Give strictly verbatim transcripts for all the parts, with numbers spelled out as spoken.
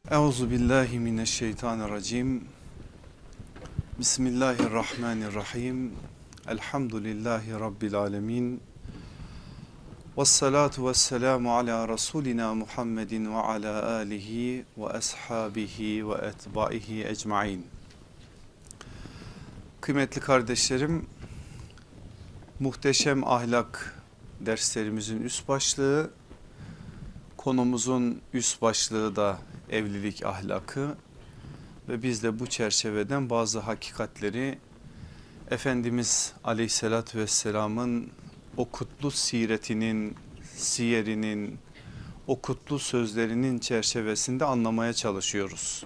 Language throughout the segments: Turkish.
Euzu billahi mineşşeytanirracim. Bismillahirrahmanirrahim. Elhamdülillahi rabbil alamin. Ves salatu vesselamu ala rasulina Muhammedin ve ala alihi ve ashabihi ve etbaihi ecmaîn. Kıymetli kardeşlerim, muhteşem ahlak derslerimizin üst başlığı, konumuzun üst başlığı da evlilik ahlakı ve biz de bu çerçeveden bazı hakikatleri Efendimiz Aleyhisselatü Vesselam'ın o kutlu siretinin, siyerinin, o kutlu sözlerinin çerçevesinde anlamaya çalışıyoruz.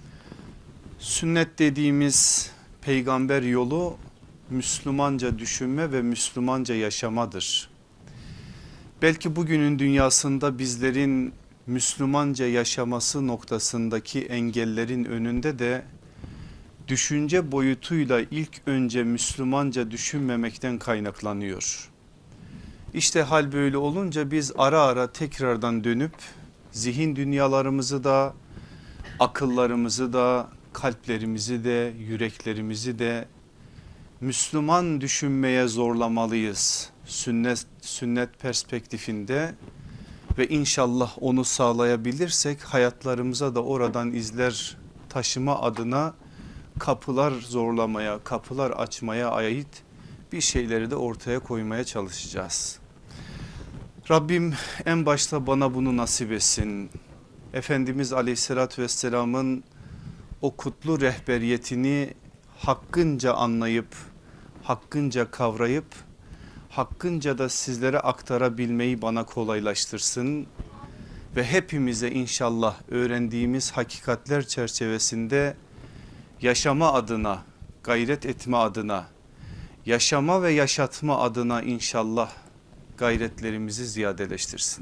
Sünnet dediğimiz peygamber yolu Müslümanca düşünme ve Müslümanca yaşamadır. Belki bugünün dünyasında bizlerin Müslümanca yaşaması noktasındaki engellerin önünde de düşünce boyutuyla ilk önce Müslümanca düşünmemekten kaynaklanıyor. İşte hal böyle olunca biz ara ara tekrardan dönüp zihin dünyalarımızı da, akıllarımızı da, kalplerimizi de, yüreklerimizi de Müslüman düşünmeye zorlamalıyız. Sünnet, sünnet perspektifinde ve inşallah onu sağlayabilirsek hayatlarımıza da oradan izler taşıma adına kapılar zorlamaya, kapılar açmaya ait bir şeyleri de ortaya koymaya çalışacağız. Rabbim en başta bana bunu nasip etsin. Efendimiz Aleyhisselatü Vesselam'ın o kutlu rehberiyetini hakkınca anlayıp, hakkınca kavrayıp, hakkınca da sizlere aktarabilmeyi bana kolaylaştırsın ve hepimize inşallah öğrendiğimiz hakikatler çerçevesinde yaşama adına, gayret etme adına, yaşama ve yaşatma adına inşallah gayretlerimizi ziyadeleştirsin.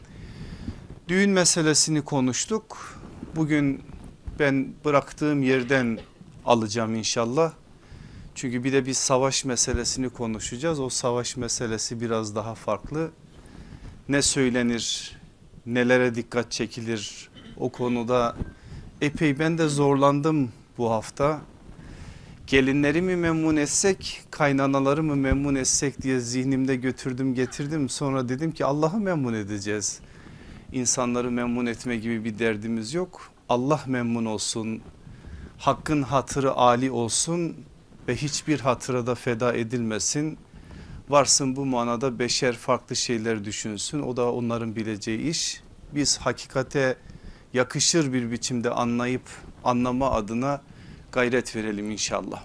Düğün meselesini konuştuk. Bugün ben bıraktığım yerden alacağım inşallah. Çünkü bir de biz savaş meselesini konuşacağız. O savaş meselesi biraz daha farklı. Ne söylenir, nelere dikkat çekilir o konuda epey ben de zorlandım bu hafta. Gelinleri mi memnun etsek, kaynanaları mı memnun etsek diye zihnimde götürdüm getirdim. Sonra dedim ki Allah'ı memnun edeceğiz. İnsanları memnun etme gibi bir derdimiz yok. Allah memnun olsun, hakkın hatırı âli olsun ve hiçbir hatırada feda edilmesin. Varsın bu manada beşer farklı şeyler düşünsün, o da onların bileceği iş. Biz hakikate yakışır bir biçimde anlayıp anlama adına gayret verelim inşallah.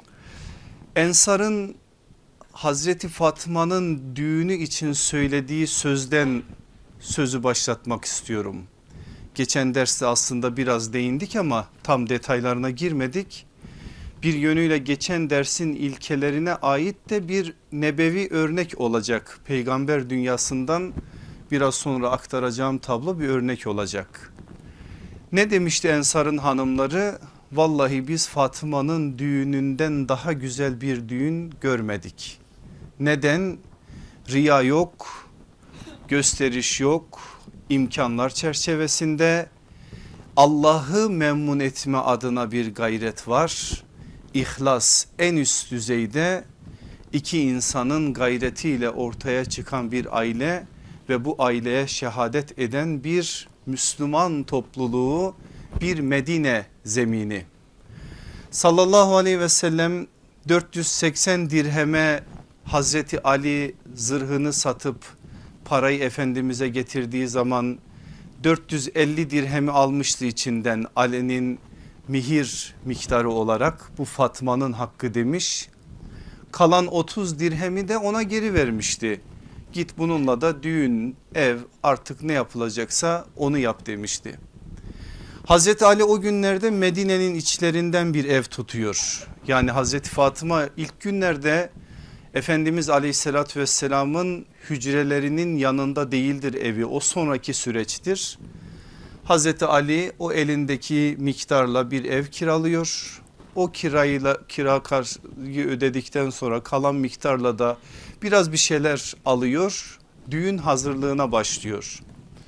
Ensar'ın Hazreti Fatma'nın düğünü için söylediği sözden sözü başlatmak istiyorum. Geçen derste aslında biraz değindik ama tam detaylarına girmedik. Bir yönüyle geçen dersin ilkelerine ait de bir nebevi örnek olacak. Peygamber dünyasından biraz sonra aktaracağım tablo bir örnek olacak. Ne demişti Ensar'ın hanımları? Vallahi biz Fatıma'nın düğününden daha güzel bir düğün görmedik. Neden? Riya yok, gösteriş yok, imkanlar çerçevesinde Allah'ı memnun etme adına bir gayret var. İhlas en üst düzeyde, iki insanın gayretiyle ortaya çıkan bir aile ve bu aileye şehadet eden bir Müslüman topluluğu, bir Medine zemini. Sallallahu aleyhi ve sellem dört yüz seksen dirheme Hazreti Ali zırhını satıp parayı Efendimiz'e getirdiği zaman dört yüz elli dirhemi almıştı içinden, Ali'nin mihir miktarı olarak, bu Fatma'nın hakkı demiş. Kalan otuz dirhemi de ona geri vermişti. Git bununla da düğün, ev, artık ne yapılacaksa onu yap demişti. Hazreti Ali o günlerde Medine'nin içlerinden bir ev tutuyor. Yani Hazreti Fatıma ilk günlerde Efendimiz Aleyhisselatü Vesselam'ın hücrelerinin yanında değildir evi, o sonraki süreçtir. Hazreti Ali o elindeki miktarla bir ev kiralıyor. O kirayla, kira karşıyı ödedikten sonra kalan miktarla da biraz bir şeyler alıyor. Düğün hazırlığına başlıyor.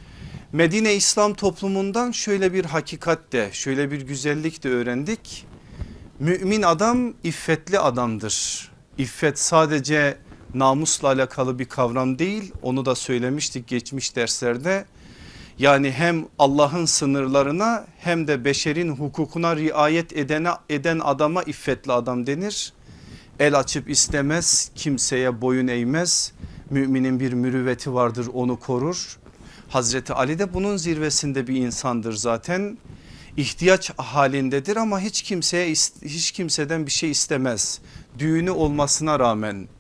Medine İslam toplumundan şöyle bir hakikat de, şöyle bir güzellik de öğrendik. Mümin adam iffetli adamdır. İffet sadece namusla alakalı bir kavram değil, onu da söylemiştik geçmiş derslerde. Yani hem Allah'ın sınırlarına hem de beşerin hukukuna riayet edene, eden adama iffetli adam denir. El açıp istemez, kimseye boyun eğmez. Müminin bir mürüvveti vardır, onu korur. Hazreti Ali de bunun zirvesinde bir insandır zaten. İhtiyaç halindedir ama hiç kimseye hiç kimseden bir şey istemez. Düğünü olmasına rağmen.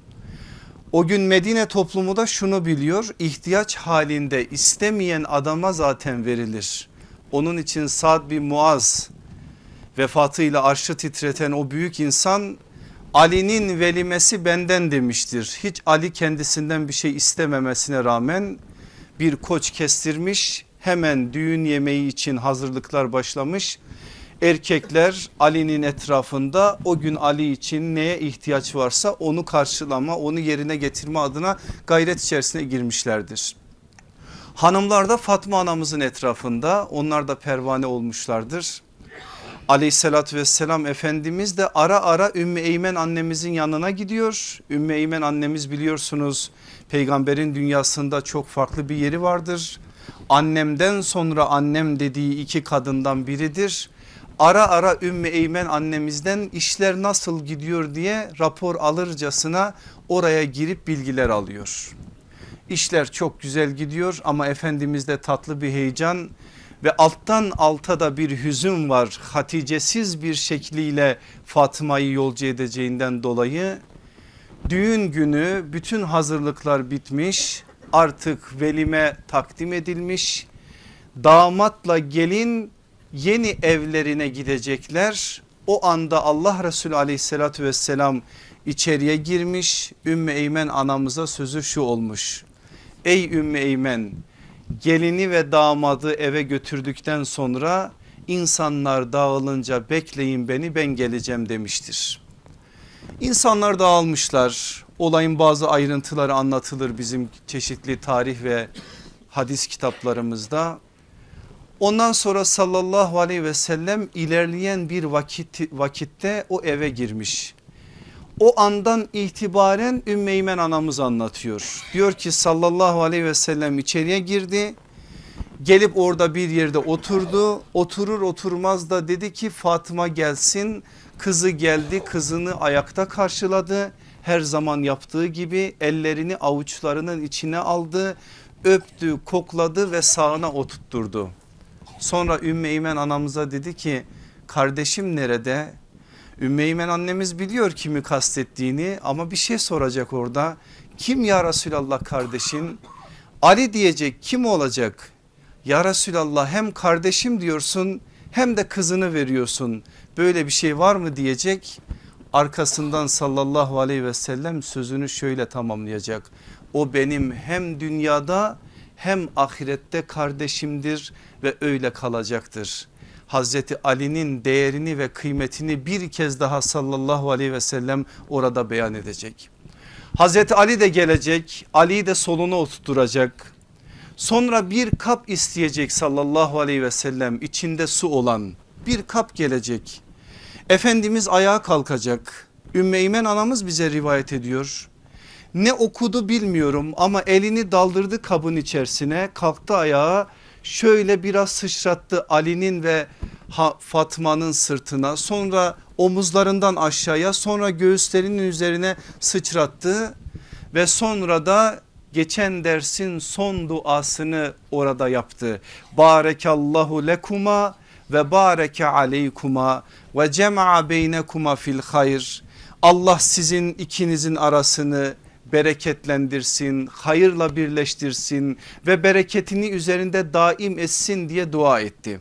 O gün Medine toplumu da şunu biliyor, ihtiyaç halinde istemeyen adama zaten verilir. Onun için Sa'd bin Muaz vefatıyla arşı titreten o büyük insan, Ali'nin velimesi benden demiştir. Hiç Ali kendisinden bir şey istememesine rağmen bir koç kestirmiş, hemen düğün yemeği için hazırlıklar başlamış. Erkekler Ali'nin etrafında o gün Ali için neye ihtiyaç varsa onu karşılama, onu yerine getirme adına gayret içerisine girmişlerdir. Hanımlar da Fatma anamızın etrafında, onlar da pervane olmuşlardır. Aleyhissalatü vesselam Efendimiz de ara ara Ümmü Eymen annemizin yanına gidiyor. Ümmü Eymen annemiz biliyorsunuz peygamberin dünyasında çok farklı bir yeri vardır. Annemden sonra annem dediği iki kadından biridir. Ara ara Ümmü Eymen annemizden işler nasıl gidiyor diye rapor alırcasına oraya girip bilgiler alıyor. İşler çok güzel gidiyor ama Efendimiz'de tatlı bir heyecan ve alttan alta da bir hüzün var. Hatice'siz bir şekliyle Fatıma'yı yolcu edeceğinden dolayı düğün günü bütün hazırlıklar bitmiş, artık velime takdim edilmiş. Damatla gelin yeni evlerine gidecekler. O anda Allah Resulü aleyhissalatü vesselam içeriye girmiş. Ümmü Eymen anamıza sözü şu olmuş: ey Ümmü Eymen, gelini ve damadı eve götürdükten sonra insanlar dağılınca bekleyin beni, ben geleceğim demiştir. İnsanlar dağılmışlar. Olayın bazı ayrıntıları anlatılır bizim çeşitli tarih ve hadis kitaplarımızda. Ondan sonra sallallahu aleyhi ve sellem ilerleyen bir vakit, vakitte o eve girmiş. O andan itibaren Ümmü Eymen anamız anlatıyor. Diyor ki sallallahu aleyhi ve sellem içeriye girdi. Gelip orada bir yerde oturdu. Oturur oturmaz da dedi ki Fatıma gelsin. Kızı geldi, kızını ayakta karşıladı. Her zaman yaptığı gibi ellerini avuçlarının içine aldı. Öptü, kokladı ve sağına oturtturdu. Sonra Ümmü Eymen anamıza dedi ki kardeşim nerede? Ümmü Eymen annemiz biliyor kimi kastettiğini ama bir şey soracak orada. Kim ya Resulallah kardeşin? Ali diyecek, kim olacak? Ya Resulallah hem kardeşim diyorsun hem de kızını veriyorsun. Böyle bir şey var mı diyecek. Arkasından sallallahu aleyhi ve sellem sözünü şöyle tamamlayacak: o benim hem dünyada hem ahirette kardeşimdir ve öyle kalacaktır. Hazreti Ali'nin değerini ve kıymetini bir kez daha sallallahu aleyhi ve sellem orada beyan edecek. Hazreti Ali de gelecek, Ali'yi de soluna oturtacak. Sonra bir kap isteyecek sallallahu aleyhi ve sellem, içinde su olan bir kap gelecek. Efendimiz ayağa kalkacak. Ümmü Eymen anamız bize rivayet ediyor. Ne okudu bilmiyorum ama elini daldırdı kabın içerisine, kalktı ayağa, şöyle biraz sıçrattı Ali'nin ve Fatma'nın sırtına, sonra omuzlarından aşağıya, sonra göğüslerinin üzerine sıçrattı ve sonra da geçen dersin son duasını orada yaptı. Barekallahu lekuma ve bareke aleykuma ve cema'a beynekuma fil hayr. Allah sizin ikinizin arasını bereketlendirsin, hayırla birleştirsin ve bereketini üzerinde daim etsin diye dua etti.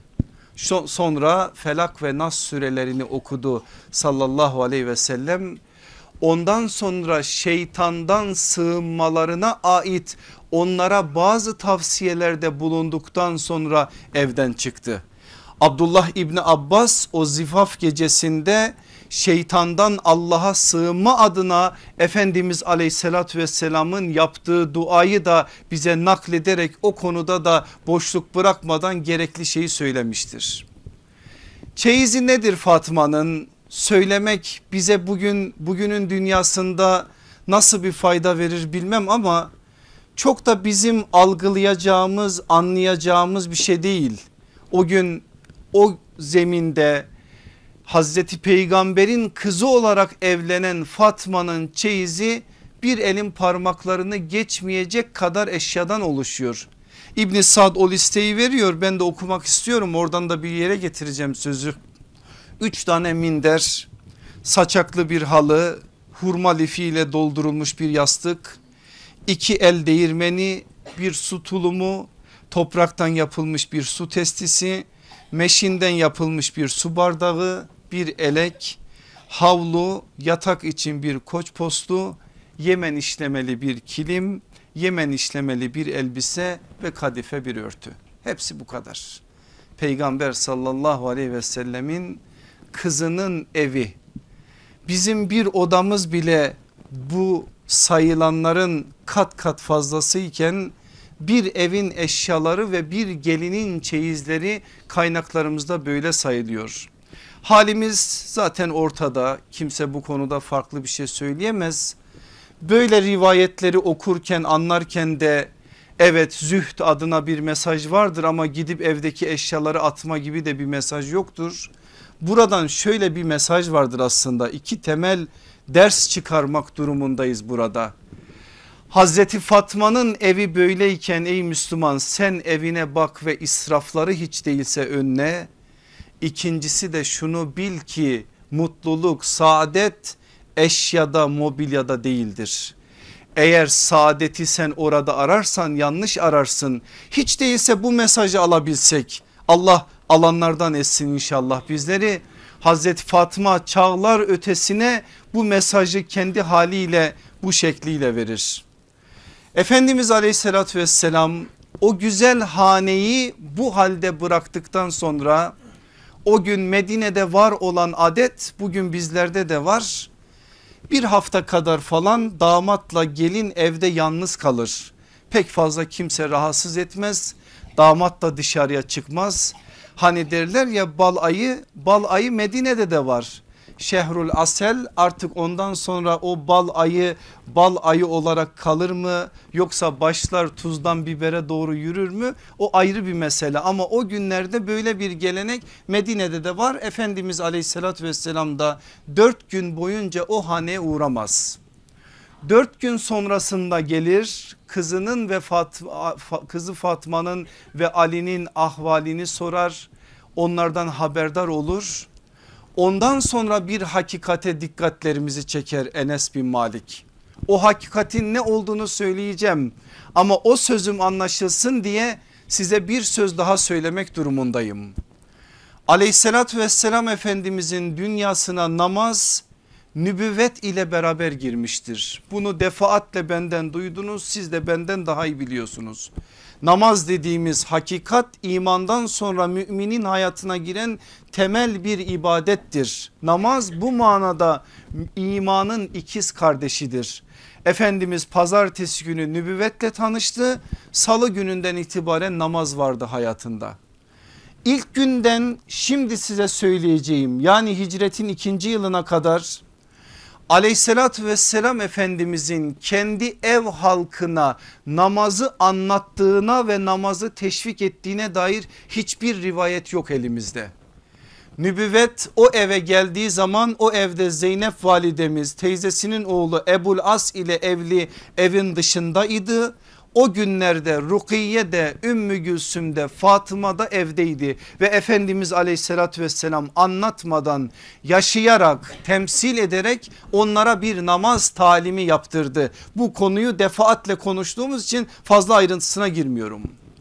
Sonra Felak ve Nas surelerini okudu sallallahu aleyhi ve sellem. Ondan sonra şeytandan sığınmalarına ait onlara bazı tavsiyelerde bulunduktan sonra evden çıktı. Abdullah İbni Abbas o zifaf gecesinde şeytandan Allah'a sığınma adına Efendimiz aleyhissalatü vesselamın yaptığı duayı da bize naklederek o konuda da boşluk bırakmadan gerekli şeyi söylemiştir. Çeyizi nedir Fatma'nın? Söylemek bize bugün bugünün dünyasında nasıl bir fayda verir bilmem ama çok da bizim algılayacağımız, anlayacağımız bir şey değil. O gün o zeminde Hazreti Peygamber'in kızı olarak evlenen Fatma'nın çeyizi bir elin parmaklarını geçmeyecek kadar eşyadan oluşuyor. İbn Sad o listeyi veriyor, ben de okumak istiyorum, oradan da bir yere getireceğim sözü. Üç tane minder, saçaklı bir halı, hurma lifiyle doldurulmuş bir yastık, iki el değirmeni, bir su tulumu, topraktan yapılmış bir su testisi, meşinden yapılmış bir su bardağı, bir elek, havlu, yatak için bir koç postu, Yemen işlemeli bir kilim, Yemen işlemeli bir elbise ve kadife bir örtü. Hepsi bu kadar. Peygamber sallallahu aleyhi ve sellemin kızının evi. Bizim bir odamız bile bu sayılanların kat kat fazlasıyken bir evin eşyaları ve bir gelinin çeyizleri kaynaklarımızda böyle sayılıyor. Halimiz zaten ortada, kimse bu konuda farklı bir şey söyleyemez. Böyle rivayetleri okurken, anlarken de evet zühd adına bir mesaj vardır ama gidip evdeki eşyaları atma gibi de bir mesaj yoktur. Buradan şöyle bir mesaj vardır aslında, iki temel ders çıkarmak durumundayız burada. Hazreti Fatma'nın evi böyleyken ey Müslüman sen evine bak ve israfları hiç değilse önüne. İkincisi de şunu bil ki mutluluk, saadet eşyada, mobilyada değildir. Eğer saadeti sen orada ararsan yanlış ararsın. Hiç değilse bu mesajı alabilsek, Allah alanlardan etsin inşallah bizleri. Hazreti Fatma çağlar ötesine bu mesajı kendi haliyle bu şekliyle verir. Efendimiz aleyhissalatü vesselam o güzel haneyi bu halde bıraktıktan sonra o gün Medine'de var olan adet bugün bizlerde de var. Bir hafta kadar falan damatla gelin evde yalnız kalır. Pek fazla kimse rahatsız etmez. Damat da dışarıya çıkmaz. Hani derler ya bal ayı, bal ayı Medine'de de var. Şehrul Asel, artık ondan sonra o bal ayı bal ayı olarak kalır mı yoksa başlar tuzdan bibere doğru yürür mü, o ayrı bir mesele. Ama o günlerde böyle bir gelenek Medine'de de var. Efendimiz aleyhissalatü vesselam da dört gün boyunca o haneye uğramaz. Dört gün sonrasında gelir, kızının ve Fatma, kızı Fatma'nın ve Ali'nin ahvalini sorar, onlardan haberdar olur. Ondan sonra bir hakikate dikkatlerimizi çeker Enes bin Malik. O hakikatin ne olduğunu söyleyeceğim ama o sözüm anlaşılsın diye size bir söz daha söylemek durumundayım. Aleyhissalatü vesselam Efendimizin dünyasına namaz nübüvvet ile beraber girmiştir. Bunu defaatle benden duydunuz, siz de benden daha iyi biliyorsunuz. Namaz dediğimiz hakikat imandan sonra müminin hayatına giren temel bir ibadettir. Namaz bu manada imanın ikiz kardeşidir. Efendimiz pazartesi günü nübüvvetle tanıştı. Salı gününden itibaren namaz vardı hayatında. İlk günden şimdi size söyleyeceğim, yani hicretin ikinci yılına kadar aleyhissalatü vesselam Efendimizin kendi ev halkına namazı anlattığına ve namazı teşvik ettiğine dair hiçbir rivayet yok elimizde. Nübüvvet o eve geldiği zaman o evde Zeynep validemiz teyzesinin oğlu Ebul As ile evli, evin dışındaydı. O günlerde Rukiye de Ümmü Gülsüm de Fatıma da evdeydi ve Efendimiz aleyhissalatü vesselam anlatmadan, yaşayarak, temsil ederek onlara bir namaz talimi yaptırdı. Bu konuyu defaatle konuştuğumuz için fazla ayrıntısına girmiyorum.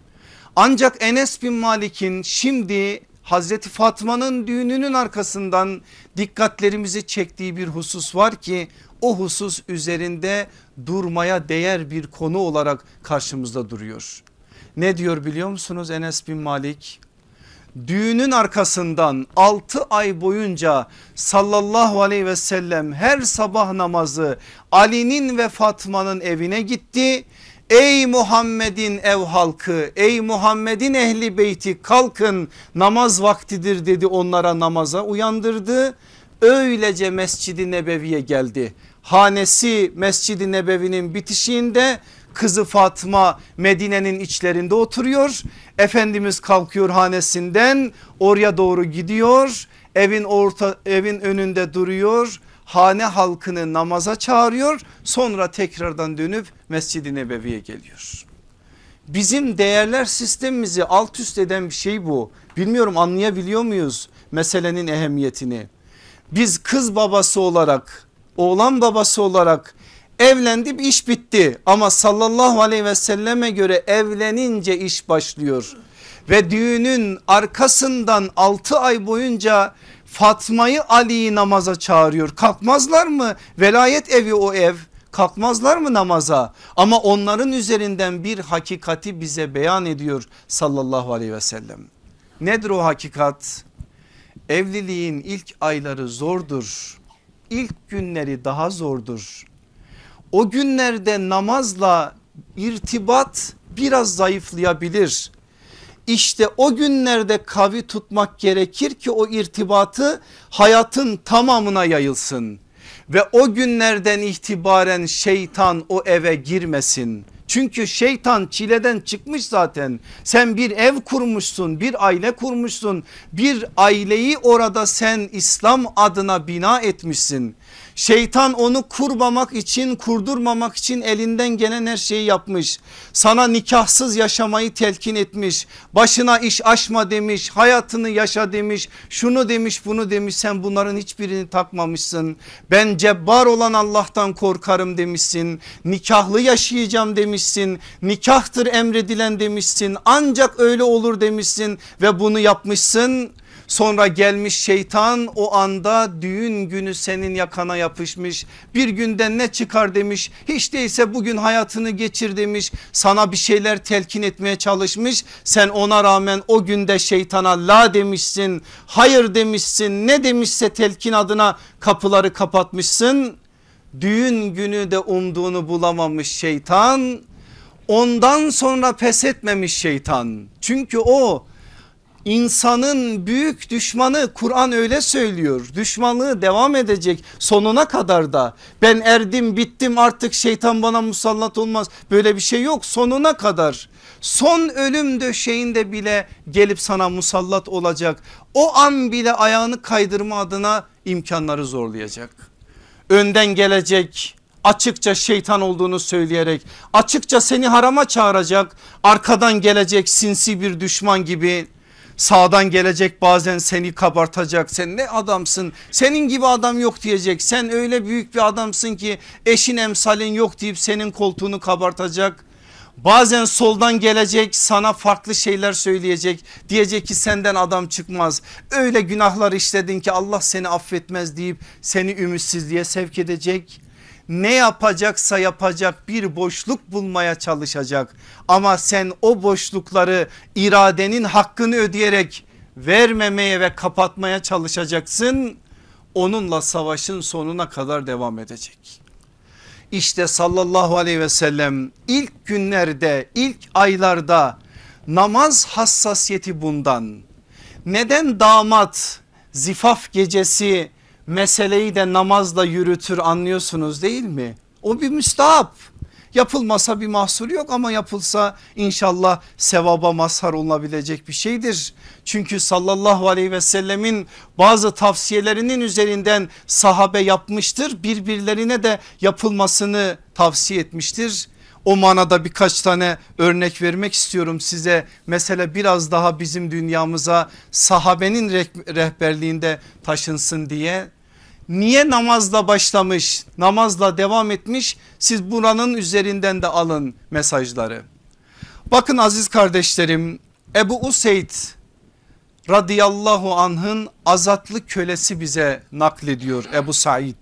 Ancak Enes bin Malik'in şimdi Hazreti Fatma'nın düğününün arkasından dikkatlerimizi çektiği bir husus var ki o husus üzerinde durmaya değer bir konu olarak karşımızda duruyor. Ne diyor biliyor musunuz Enes bin Malik? düğünün arkasından altı ay boyunca sallallahu aleyhi ve sellem her sabah namazı Ali'nin ve Fatma'nın evine gitti. Ey Muhammed'in ev halkı, ey Muhammed'in ehli beyti, kalkın namaz vaktidir dedi, onlara namaza uyandırdı. Öylece Mescid-i Nebevi'ye geldi. Hanesi Mescid-i Nebevi'nin bitişiğinde, kızı Fatma Medine'nin içlerinde oturuyor. Efendimiz kalkıyor hanesinden, oraya doğru gidiyor. Evin orta evin önünde duruyor. Hane halkını namaza çağırıyor. Sonra tekrardan dönüp Mescid-i Nebevi'ye geliyor. Bizim değerler sistemimizi alt üst eden bir şey bu. Bilmiyorum, anlayabiliyor muyuz meselenin ehemmiyetini? Biz kız babası olarak, oğlan babası olarak evlendik, iş bitti, ama sallallahu aleyhi ve selleme göre evlenince iş başlıyor. Ve düğünün arkasından altı ay boyunca Fatma'yı Ali'yi namaza çağırıyor. Kalkmazlar mı? Velayet evi o ev. Kalkmazlar mı namaza? Ama onların üzerinden bir hakikati bize beyan ediyor sallallahu aleyhi ve sellem. Nedir o hakikat? Evliliğin ilk ayları zordur. İlk günleri daha zordur. O günlerde namazla irtibat biraz zayıflayabilir. İşte o günlerde kavi tutmak gerekir ki o irtibatı hayatın tamamına yayılsın. Ve o günlerden itibaren şeytan o eve girmesin. Çünkü şeytan çileden çıkmış zaten. Sen bir ev kurmuşsun, bir aile kurmuşsun. Bir aileyi orada sen İslam adına bina etmişsin. Şeytan onu kurmamak için, kurdurmamak için elinden gelen her şeyi yapmış. Sana nikahsız yaşamayı telkin etmiş. Başına iş açma demiş, hayatını yaşa demiş, şunu demiş, bunu demiş. Sen bunların hiçbirini takmamışsın. Ben cebbar olan Allah'tan korkarım demişsin. Nikahlı yaşayacağım demişsin. Nikahtır emredilen demişsin. Ancak öyle olur demişsin ve bunu yapmışsın. Sonra gelmiş şeytan, o anda düğün günü senin yakana yapışmış. Bir günden ne çıkar demiş, hiç değilse bugün hayatını geçir demiş. Sana bir şeyler telkin etmeye çalışmış. Sen ona rağmen o günde şeytana la demişsin, hayır demişsin, ne demişse telkin adına kapıları kapatmışsın. Düğün günü de umduğunu bulamamış şeytan. Ondan sonra pes etmemiş şeytan. Çünkü o İnsanın büyük düşmanı, Kur'an öyle söylüyor. Düşmanlığı devam edecek sonuna kadar da. Ben erdim, bittim, artık şeytan bana musallat olmaz. Böyle bir şey yok, sonuna kadar. Son ölüm döşeğinde bile gelip sana musallat olacak. O an bile ayağını kaydırma adına imkanları zorlayacak. Önden gelecek, açıkça şeytan olduğunu söyleyerek, açıkça seni harama çağıracak. Arkadan gelecek sinsi bir düşman gibi. Sağdan gelecek, bazen seni kabartacak. Sen ne adamsın, senin gibi adam yok diyecek. Sen öyle büyük bir adamsın ki eşin emsalin yok deyip senin koltuğunu kabartacak. Bazen soldan gelecek, sana farklı şeyler söyleyecek. Diyecek ki senden adam çıkmaz. Öyle günahlar işledin ki Allah seni affetmez deyip seni ümitsizliğe sevk edecek. Ne yapacaksa yapacak, bir boşluk bulmaya çalışacak. Ama sen o boşlukları iradenin hakkını ödeyerek vermemeye ve kapatmaya çalışacaksın. Onunla savaşın sonuna kadar devam edecek. İşte sallallahu aleyhi ve sellem ilk günlerde, ilk aylarda namaz hassasiyeti bundan. Neden damat zifaf gecesi meseleyi de namazla yürütür, anlıyorsunuz değil mi? O bir müstahap. Yapılmasa bir mahsur yok, ama yapılsa inşallah sevaba mazhar olunabilecek bir şeydir. Çünkü sallallahu aleyhi ve sellemin bazı tavsiyelerinin üzerinden sahabe yapmıştır. Birbirlerine de yapılmasını tavsiye etmiştir. O manada birkaç tane örnek vermek istiyorum size. Mesele biraz daha bizim dünyamıza sahabenin rehberliğinde taşınsın diye. Niye namazla başlamış, namazla devam etmiş? Siz buranın üzerinden de alın mesajları. Bakın aziz kardeşlerim, Ebu Useyd radıyallahu anh'ın azatlı kölesi bize naklediyor, Ebu Said.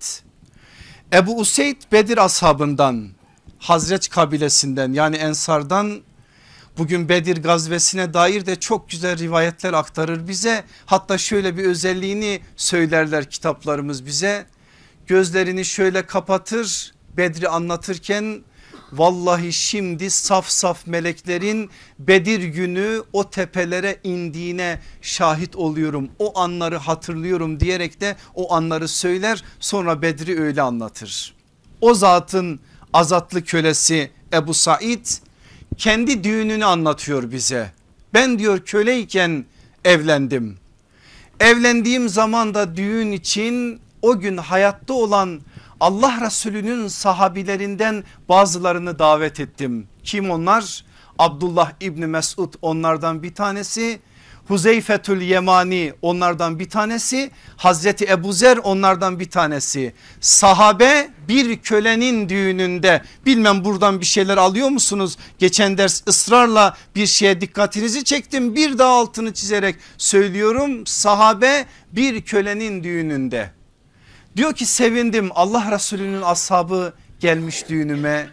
Ebu Useyd Bedir ashabından, Hazreç kabilesinden, yani Ensardan. Bugün Bedir gazvesine dair de çok güzel rivayetler aktarır bize. Hatta şöyle bir özelliğini söylerler kitaplarımız bize. Gözlerini şöyle kapatır Bedri anlatırken, vallahi şimdi saf saf meleklerin Bedir günü o tepelere indiğine şahit oluyorum. O anları hatırlıyorum diyerek de o anları söyler, sonra Bedri öyle anlatır. O zatın azatlı kölesi Ebu Said kendi düğününü anlatıyor bize. Ben diyor köleyken evlendim. Evlendiğim zaman da düğün için o gün hayatta olan Allah Resulü'nün sahabilerinden bazılarını davet ettim. Kim onlar? Abdullah İbni Mesud onlardan bir tanesi. Huzeyfetül Yemani onlardan bir tanesi. Hazreti Ebu Zer onlardan bir tanesi. Sahabe bir kölenin düğününde, bilmem buradan bir şeyler alıyor musunuz? Geçen ders ısrarla bir şeye dikkatinizi çektim, bir daha altını çizerek söylüyorum. Sahabe bir kölenin düğününde. Diyor ki sevindim, Allah Resulü'nün ashabı gelmiş düğünüme.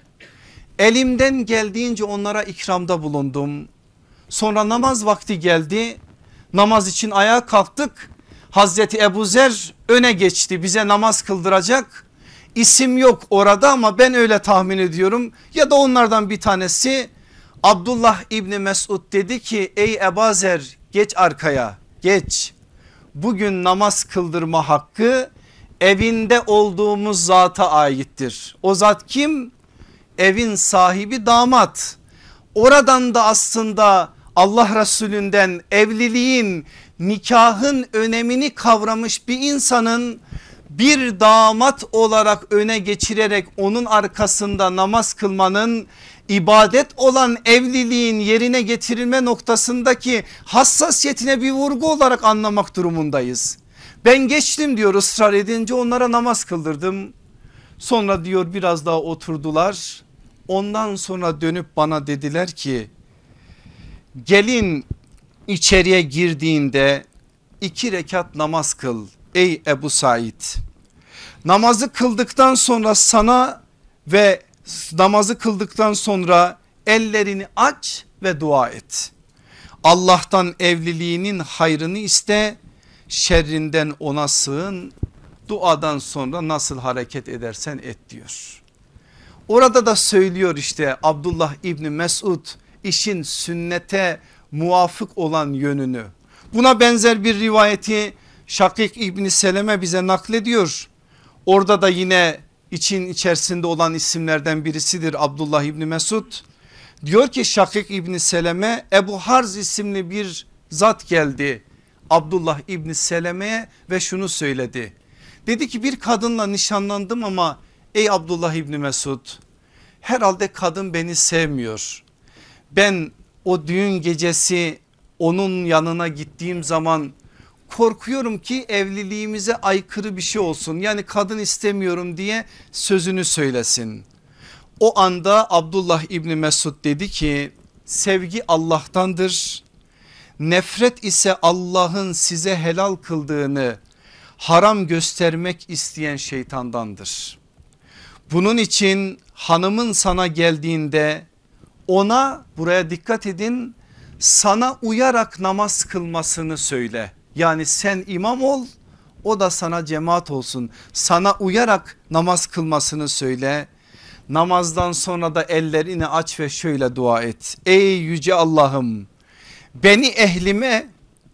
Elimden geldiğince onlara ikramda bulundum. Sonra namaz vakti geldi. Namaz için ayağa kalktık. Hazreti Ebu Zer öne geçti, bize namaz kıldıracak. İsim yok orada ama ben öyle tahmin ediyorum. Ya da onlardan bir tanesi. Abdullah İbni Mesud dedi ki ey Ebu Zer geç arkaya, geç. Bugün namaz kıldırma hakkı evinde olduğumuz zata aittir. O zat kim? Evin sahibi damat. Oradan da aslında Allah Resulünden evliliğin, nikahın önemini kavramış bir insanın bir damat olarak öne geçirerek onun arkasında namaz kılmanın ibadet olan evliliğin yerine getirilme noktasındaki hassasiyetine bir vurgu olarak anlamak durumundayız. Ben geçtim diyor, ısrar edince onlara namaz kıldırdım. Sonra diyor biraz daha oturdular. Ondan sonra dönüp bana dediler ki gelin içeriye girdiğinde iki rekat namaz kıl ey Ebu Said. Namazı kıldıktan sonra sana ve namazı kıldıktan sonra ellerini aç ve dua et. Allah'tan evliliğinin hayrını iste, şerrinden ona sığın, duadan sonra nasıl hareket edersen et diyor. Orada da söylüyor işte Abdullah İbni Mesud işin sünnete muvafık olan yönünü. Buna benzer bir rivayeti Şakik İbni Seleme bize naklediyor. Orada da yine için içerisinde olan isimlerden birisidir Abdullah İbni Mesud. Diyor ki Şakik İbni Seleme, Ebu Harz isimli bir zat geldi Abdullah İbni Seleme'ye ve şunu söyledi. Dedi ki bir kadınla nişanlandım ama ey Abdullah İbni Mesud, herhalde kadın beni sevmiyor. Ben o düğün gecesi onun yanına gittiğim zaman korkuyorum ki evliliğimize aykırı bir şey olsun. Yani kadın istemiyorum diye sözünü söylesin. O anda Abdullah İbni Mesud dedi ki sevgi Allah'tandır. Nefret ise Allah'ın size helal kıldığını haram göstermek isteyen şeytandandır. Bunun için hanımın sana geldiğinde ona, buraya dikkat edin, sana uyarak namaz kılmasını söyle. Yani sen imam ol, o da sana cemaat olsun. Sana uyarak namaz kılmasını söyle. Namazdan sonra da ellerini aç ve şöyle dua et. Ey yüce Allah'ım, beni ehlime,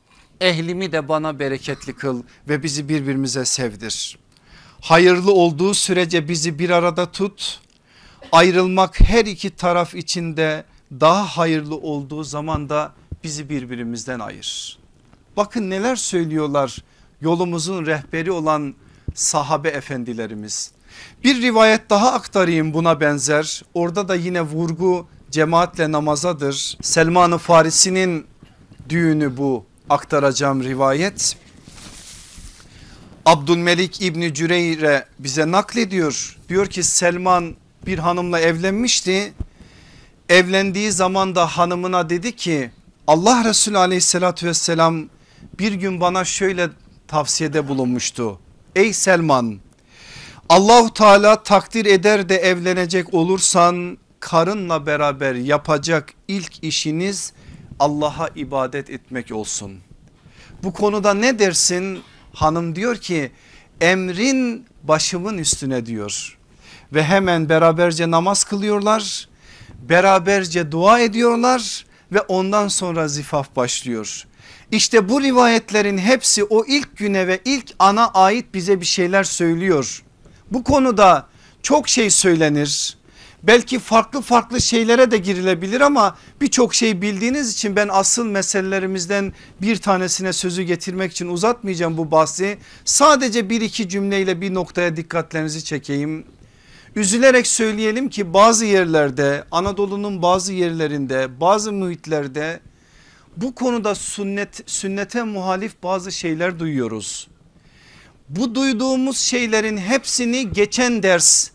ehlimi de bana bereketli kıl ve bizi birbirimize sevdir. Hayırlı olduğu sürece bizi bir arada tut. Ayrılmak her iki taraf içinde daha hayırlı olduğu zaman da bizi birbirimizden ayır. Bakın neler söylüyorlar yolumuzun rehberi olan sahabe efendilerimiz. Bir rivayet daha aktarayım buna benzer. Orada da yine vurgu cemaatle namazadır. Selman-ı Farisi'nin düğünü bu aktaracağım rivayet. Abdülmelik İbni Cüreyre bize naklediyor. Diyor ki Selman bir hanımla evlenmişti. Evlendiği zaman da hanımına dedi ki Allah Resulü aleyhissalatü vesselam bir gün bana şöyle tavsiyede bulunmuştu. Ey Selman, Allahu Teala takdir eder de evlenecek olursan karınla beraber yapacak ilk işiniz Allah'a ibadet etmek olsun. Bu konuda ne dersin? Hanım diyor ki emrin başımın üstüne diyor. Ve hemen beraberce namaz kılıyorlar. Beraberce dua ediyorlar ve ondan sonra zifaf başlıyor. İşte bu rivayetlerin hepsi o ilk güne ve ilk ana ait bize bir şeyler söylüyor. Bu konuda çok şey söylenir. Belki farklı farklı şeylere de girilebilir ama birçok şey bildiğiniz için ben asıl meselelerimizden bir tanesine sözü getirmek için uzatmayacağım bu bahsi. Sadece bir iki cümleyle bir noktaya dikkatlerinizi çekeyim. Üzülerek söyleyelim ki bazı yerlerde, Anadolu'nun bazı yerlerinde, bazı muhitlerde bu konuda sünnet, sünnete muhalif bazı şeyler duyuyoruz. Bu duyduğumuz şeylerin hepsini geçen ders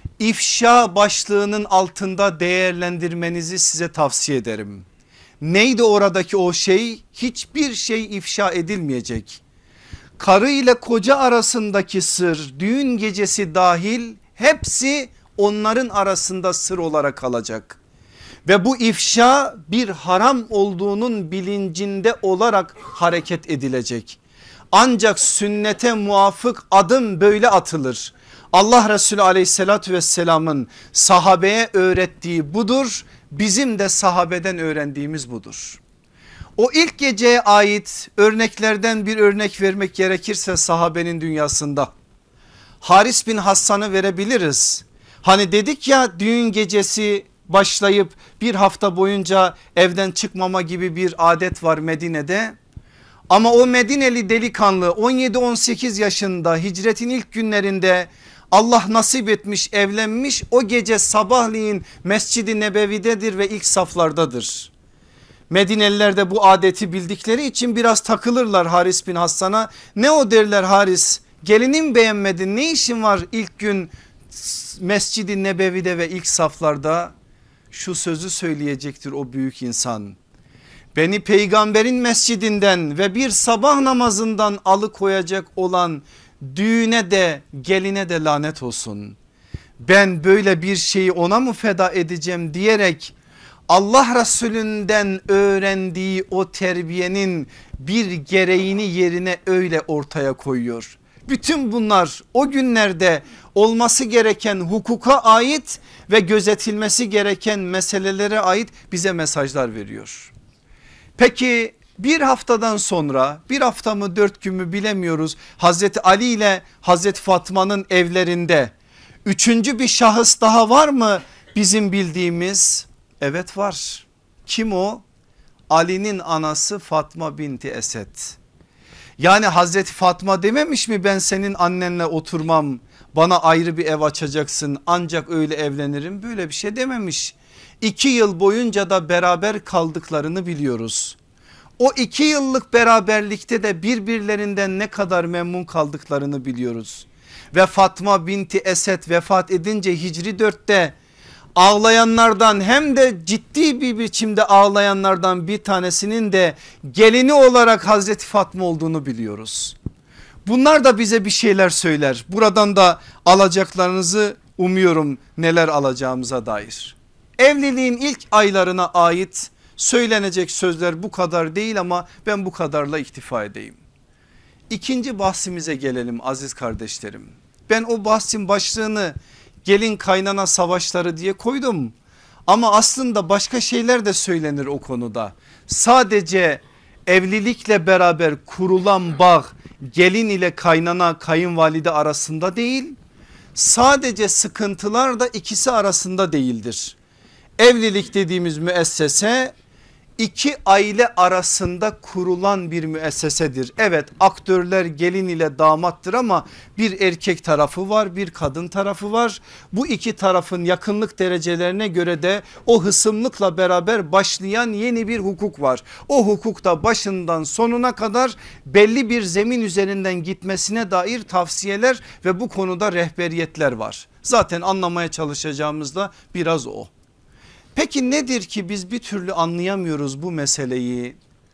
ifşa başlığının altında değerlendirmenizi size tavsiye ederim. Neydi oradaki o şey? Hiçbir şey ifşa edilmeyecek. Karı ile koca arasındaki sır, düğün gecesi dahil hepsi onların arasında sır olarak kalacak. Ve bu ifşa bir haram olduğunun bilincinde olarak hareket edilecek. Ancak sünnete muvafık adım böyle atılır. Allah Resulü aleyhissalatü vesselamın sahabeye öğrettiği budur. Bizim de sahabeden öğrendiğimiz budur. O ilk geceye ait örneklerden bir örnek vermek gerekirse sahabenin dünyasında Haris bin Hassan'ı verebiliriz. Hani dedik ya düğün gecesi başlayıp bir hafta boyunca evden çıkmama gibi bir adet var Medine'de. Ama o Medineli delikanlı on yedi on sekiz yaşında hicretin ilk günlerinde Allah nasip etmiş, evlenmiş, o gece sabahleyin Mescid-i Nebevi'dedir ve ilk saflardadır. Medineliler de bu adeti bildikleri için biraz takılırlar Haris bin Hassan'a. Ne o derler, Haris gelinim beğenmedin, ne işin var ilk gün Mescid-i Nebevi'de ve ilk saflarda? Şu sözü söyleyecektir o büyük insan: beni peygamberin mescidinden ve bir sabah namazından alıkoyacak olan düğüne de geline de lanet olsun. Ben böyle bir şeyi ona mı feda edeceğim diyerek Allah Resulünden öğrendiği o terbiyenin bir gereğini yerine öyle ortaya koyuyor. Bütün bunlar o günlerde olması gereken hukuka ait ve gözetilmesi gereken meselelere ait bize mesajlar veriyor. Peki bir haftadan sonra, bir hafta mı dört gün mü bilemiyoruz, Hazreti Ali ile Hazreti Fatma'nın evlerinde üçüncü bir şahıs daha var mı bizim bildiğimiz? Evet var. Kim o? Ali'nin anası Fatma binti Esed. Yani Hazreti Fatma dememiş mi ben senin annenle oturmam, bana ayrı bir ev açacaksın, ancak öyle evlenirim? Böyle bir şey dememiş. İki yıl boyunca da beraber kaldıklarını biliyoruz. O iki yıllık beraberlikte de birbirlerinden ne kadar memnun kaldıklarını biliyoruz. Ve Fatma binti Esed vefat edince Hicri dörtte ağlayanlardan, hem de ciddi bir biçimde ağlayanlardan bir tanesinin de gelini olarak Hazreti Fatma olduğunu biliyoruz. Bunlar da bize bir şeyler söyler. Buradan da alacaklarınızı umuyorum, neler alacağımıza dair. Evliliğin ilk aylarına ait söylenecek sözler bu kadar değil ama ben bu kadarla iktifa edeyim. İkinci bahsimize gelelim aziz kardeşlerim. Ben o bahsin başlığını gelin kaynana savaşları diye koydum. Ama aslında başka şeyler de söylenir o konuda. Sadece evlilikle beraber kurulan bağ gelin ile kaynana kayınvalide arasında değil, sadece sıkıntılar da ikisi arasında değildir. Evlilik dediğimiz müessese iki aile arasında kurulan bir müessesedir. Evet, aktörler gelin ile damattır ama bir erkek tarafı var, bir kadın tarafı var. Bu iki tarafın yakınlık derecelerine göre de o hısımlıkla beraber başlayan yeni bir hukuk var. O hukukta başından sonuna kadar belli bir zemin üzerinden gitmesine dair tavsiyeler ve bu konuda rehberiyetler var. Zaten anlamaya çalışacağımız da biraz o. Peki nedir ki biz bir türlü anlayamıyoruz bu meseleyi?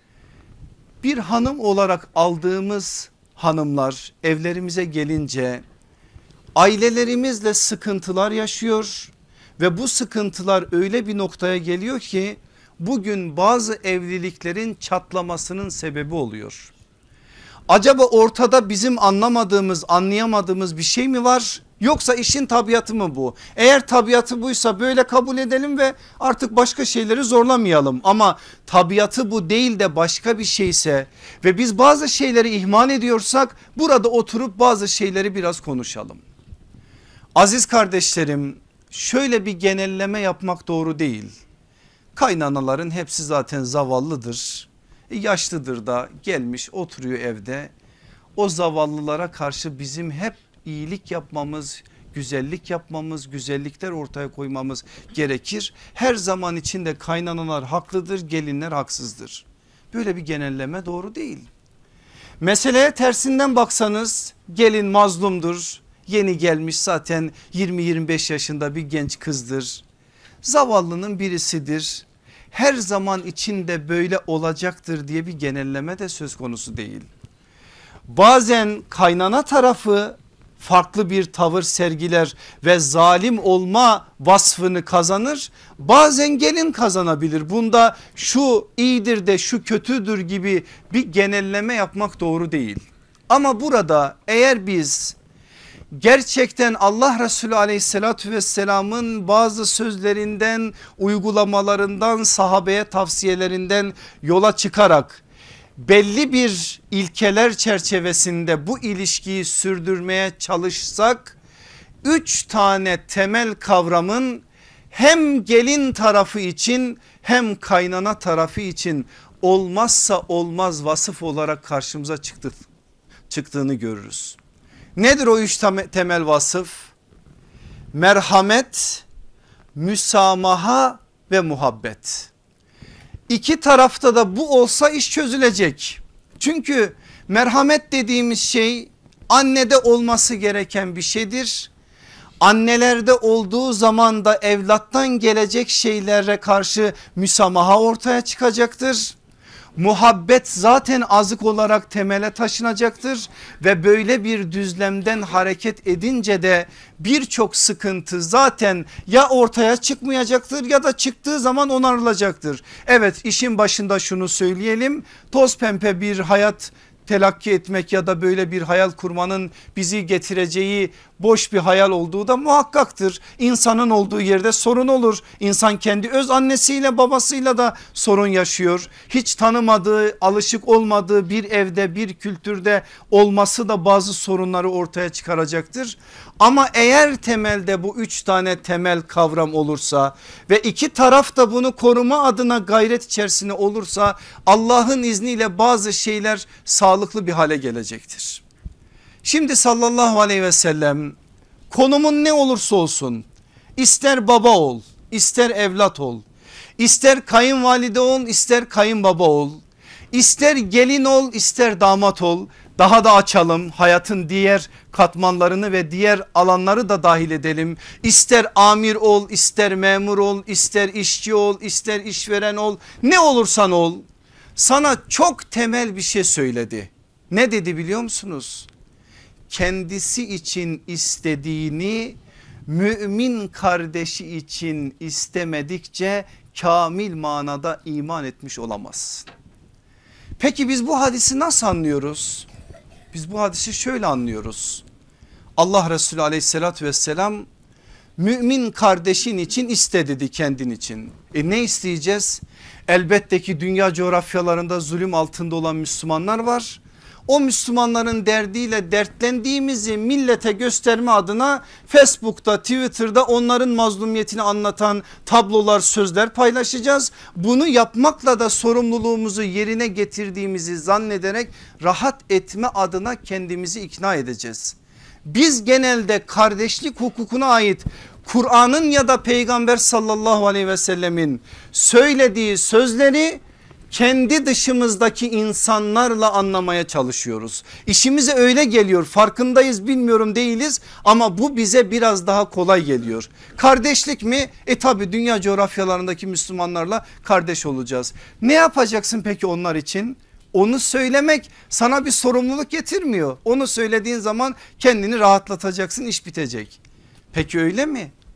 Bir hanım olarak aldığımız hanımlar evlerimize gelince ailelerimizle sıkıntılar yaşıyor Ve bu sıkıntılar öyle bir noktaya geliyor ki bugün bazı evliliklerin çatlamasının sebebi oluyor. Acaba ortada bizim anlamadığımız, anlayamadığımız bir şey mi var? Yoksa işin tabiatı mı bu? Eğer tabiatı buysa böyle kabul edelim ve artık başka şeyleri zorlamayalım. Ama tabiatı bu değil de başka bir şeyse ve biz bazı şeyleri ihmal ediyorsak burada oturup bazı şeyleri biraz konuşalım. Aziz kardeşlerim, şöyle bir genelleme yapmak doğru değil. Kaynanaların hepsi zaten zavallıdır. Yaşlıdır da gelmiş oturuyor evde. O zavallılara karşı bizim hep iyilik yapmamız, güzellik yapmamız, güzellikler ortaya koymamız gerekir. Her zaman içinde kaynanalar haklıdır, gelinler haksızdır. Böyle bir genelleme doğru değil. Meseleye tersinden baksanız gelin mazlumdur. Yeni gelmiş zaten yirmi yirmi beş yaşında bir genç kızdır. Zavallının birisidir. Her zaman içinde böyle olacaktır diye bir genelleme de söz konusu değil. Bazen kaynana tarafı farklı bir tavır sergiler ve zalim olma vasfını kazanır. Bazen gelin kazanabilir. Bunda şu iyidir de şu kötüdür gibi bir genelleme yapmak doğru değil. Ama burada eğer biz gerçekten Allah Resulü aleyhissalatü vesselamın bazı sözlerinden, uygulamalarından, sahabeye tavsiyelerinden yola çıkarak belli bir ilkeler çerçevesinde bu ilişkiyi sürdürmeye çalışsak üç tane temel kavramın hem gelin tarafı için hem kaynana tarafı için olmazsa olmaz vasıf olarak karşımıza çıktı, çıktığını görürüz. Nedir o üç temel vasıf? Merhamet, müsamaha ve muhabbet. İki tarafta da bu olsa iş çözülecek. Çünkü merhamet dediğimiz şey annede olması gereken bir şeydir. Annelerde olduğu zaman da evlattan gelecek şeylere karşı müsamaha ortaya çıkacaktır. Muhabbet zaten azık olarak temele taşınacaktır ve böyle bir düzlemden hareket edince de birçok sıkıntı zaten ya ortaya çıkmayacaktır ya da çıktığı zaman onarılacaktır. Evet, işin başında şunu söyleyelim, toz pembe bir hayat telakki etmek ya da böyle bir hayal kurmanın bizi getireceği boş bir hayal olduğu da muhakkaktır. İnsanın olduğu yerde sorun olur. İnsan kendi öz annesiyle babasıyla da sorun yaşıyor. Hiç tanımadığı, alışık olmadığı bir evde, bir kültürde olması da bazı sorunları ortaya çıkaracaktır. Ama eğer temelde bu üç tane temel kavram olursa ve iki taraf da bunu koruma adına gayret içerisinde olursa Allah'ın izniyle bazı şeyler sağlıklı bir hale gelecektir. Şimdi sallallahu aleyhi ve sellem konumun ne olursa olsun, ister baba ol, ister evlat ol, ister kayınvalide ol, ister kayınbaba ol, ister gelin ol, ister damat ol. Daha da açalım, hayatın diğer katmanlarını ve diğer alanları da dahil edelim. İster amir ol, ister memur ol, ister işçi ol, ister işveren ol, ne olursan ol. Sana çok temel bir şey söyledi. Ne dedi biliyor musunuz? Kendisi için istediğini mümin kardeşi için istemedikçe kamil manada iman etmiş olamazsın. Peki biz bu hadisi nasıl anlıyoruz? Biz bu hadisi şöyle anlıyoruz. Allah Resulü aleyhissalatü vesselam mümin kardeşin için iste dedi, kendin için. E ne isteyeceğiz? Elbette ki dünya coğrafyalarında zulüm altında olan Müslümanlar var. O Müslümanların derdiyle dertlendiğimizi millete gösterme adına Facebook'ta, Twitter'da onların mazlumiyetini anlatan tablolar, sözler paylaşacağız. Bunu yapmakla da sorumluluğumuzu yerine getirdiğimizi zannederek rahat etme adına kendimizi ikna edeceğiz. Biz genelde kardeşlik hukukuna ait Kur'an'ın ya da Peygamber sallallahu aleyhi ve sellemin söylediği sözleri kendi dışımızdaki insanlarla anlamaya çalışıyoruz. İşimize öyle geliyor, farkındayız, bilmiyorum değiliz ama bu bize biraz daha kolay geliyor. Kardeşlik mi? E tabi dünya coğrafyalarındaki Müslümanlarla kardeş olacağız. Ne yapacaksın peki onlar için? Onu söylemek sana bir sorumluluk getirmiyor. Onu söylediğin zaman kendini rahatlatacaksın, iş bitecek. Peki öyle mi?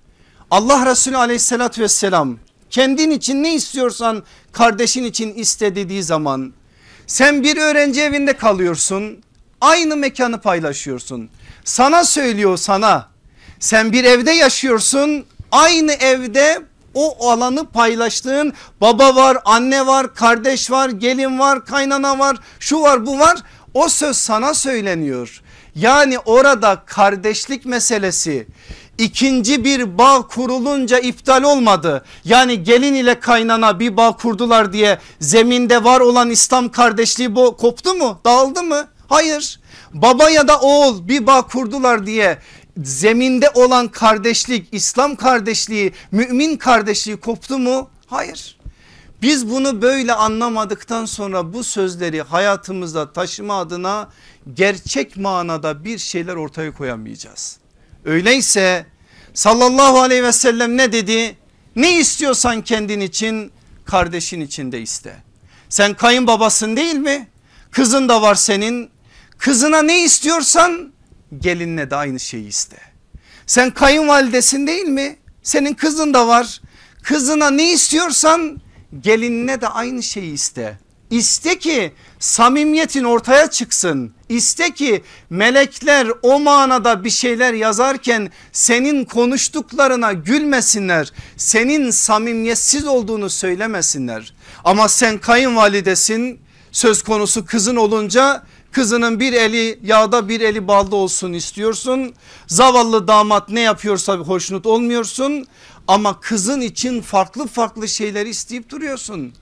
Allah Resulü aleyhissalatü vesselam kendin için ne istiyorsan kardeşin için iste dediği zaman sen bir öğrenci evinde kalıyorsun, aynı mekanı paylaşıyorsun. Sana söylüyor, sana. Sen bir evde yaşıyorsun, aynı evde o alanı paylaştığın baba var, anne var, kardeş var, gelin var, kaynana var, şu var, bu var. O söz sana söyleniyor. Yani orada kardeşlik meselesi ikinci bir bağ kurulunca iptal olmadı. Yani gelin ile kaynana bir bağ kurdular diye zeminde var olan İslam kardeşliği bu koptu mu? Dağıldı mı? Hayır. Baba ya da oğul bir bağ kurdular diye zeminde olan kardeşlik, İslam kardeşliği, mümin kardeşliği koptu mu? Hayır. Biz bunu böyle anlamadıktan sonra bu sözleri hayatımızda taşıma adına gerçek manada bir şeyler ortaya koyamayacağız. Öyleyse sallallahu aleyhi ve sellem ne dedi? Ne istiyorsan kendin için kardeşin için de iste. Sen kayınbabasın değil mi? Kızın da var senin. Kızına ne istiyorsan gelinle de aynı şeyi iste. Sen kayınvalidesin değil mi? Senin kızın da var. Kızına ne istiyorsan gelinine de aynı şeyi iste. İste ki samimiyetin ortaya çıksın. İste ki melekler o manada bir şeyler yazarken senin konuştuklarına gülmesinler. Senin samimiyetsiz olduğunu söylemesinler. Ama sen kayınvalidesin, söz konusu kızın olunca kızının bir eli yağda bir eli balda olsun istiyorsun. Zavallı damat ne yapıyorsa hoşnut olmuyorsun. Ama kızın için farklı farklı şeyler isteyip duruyorsun.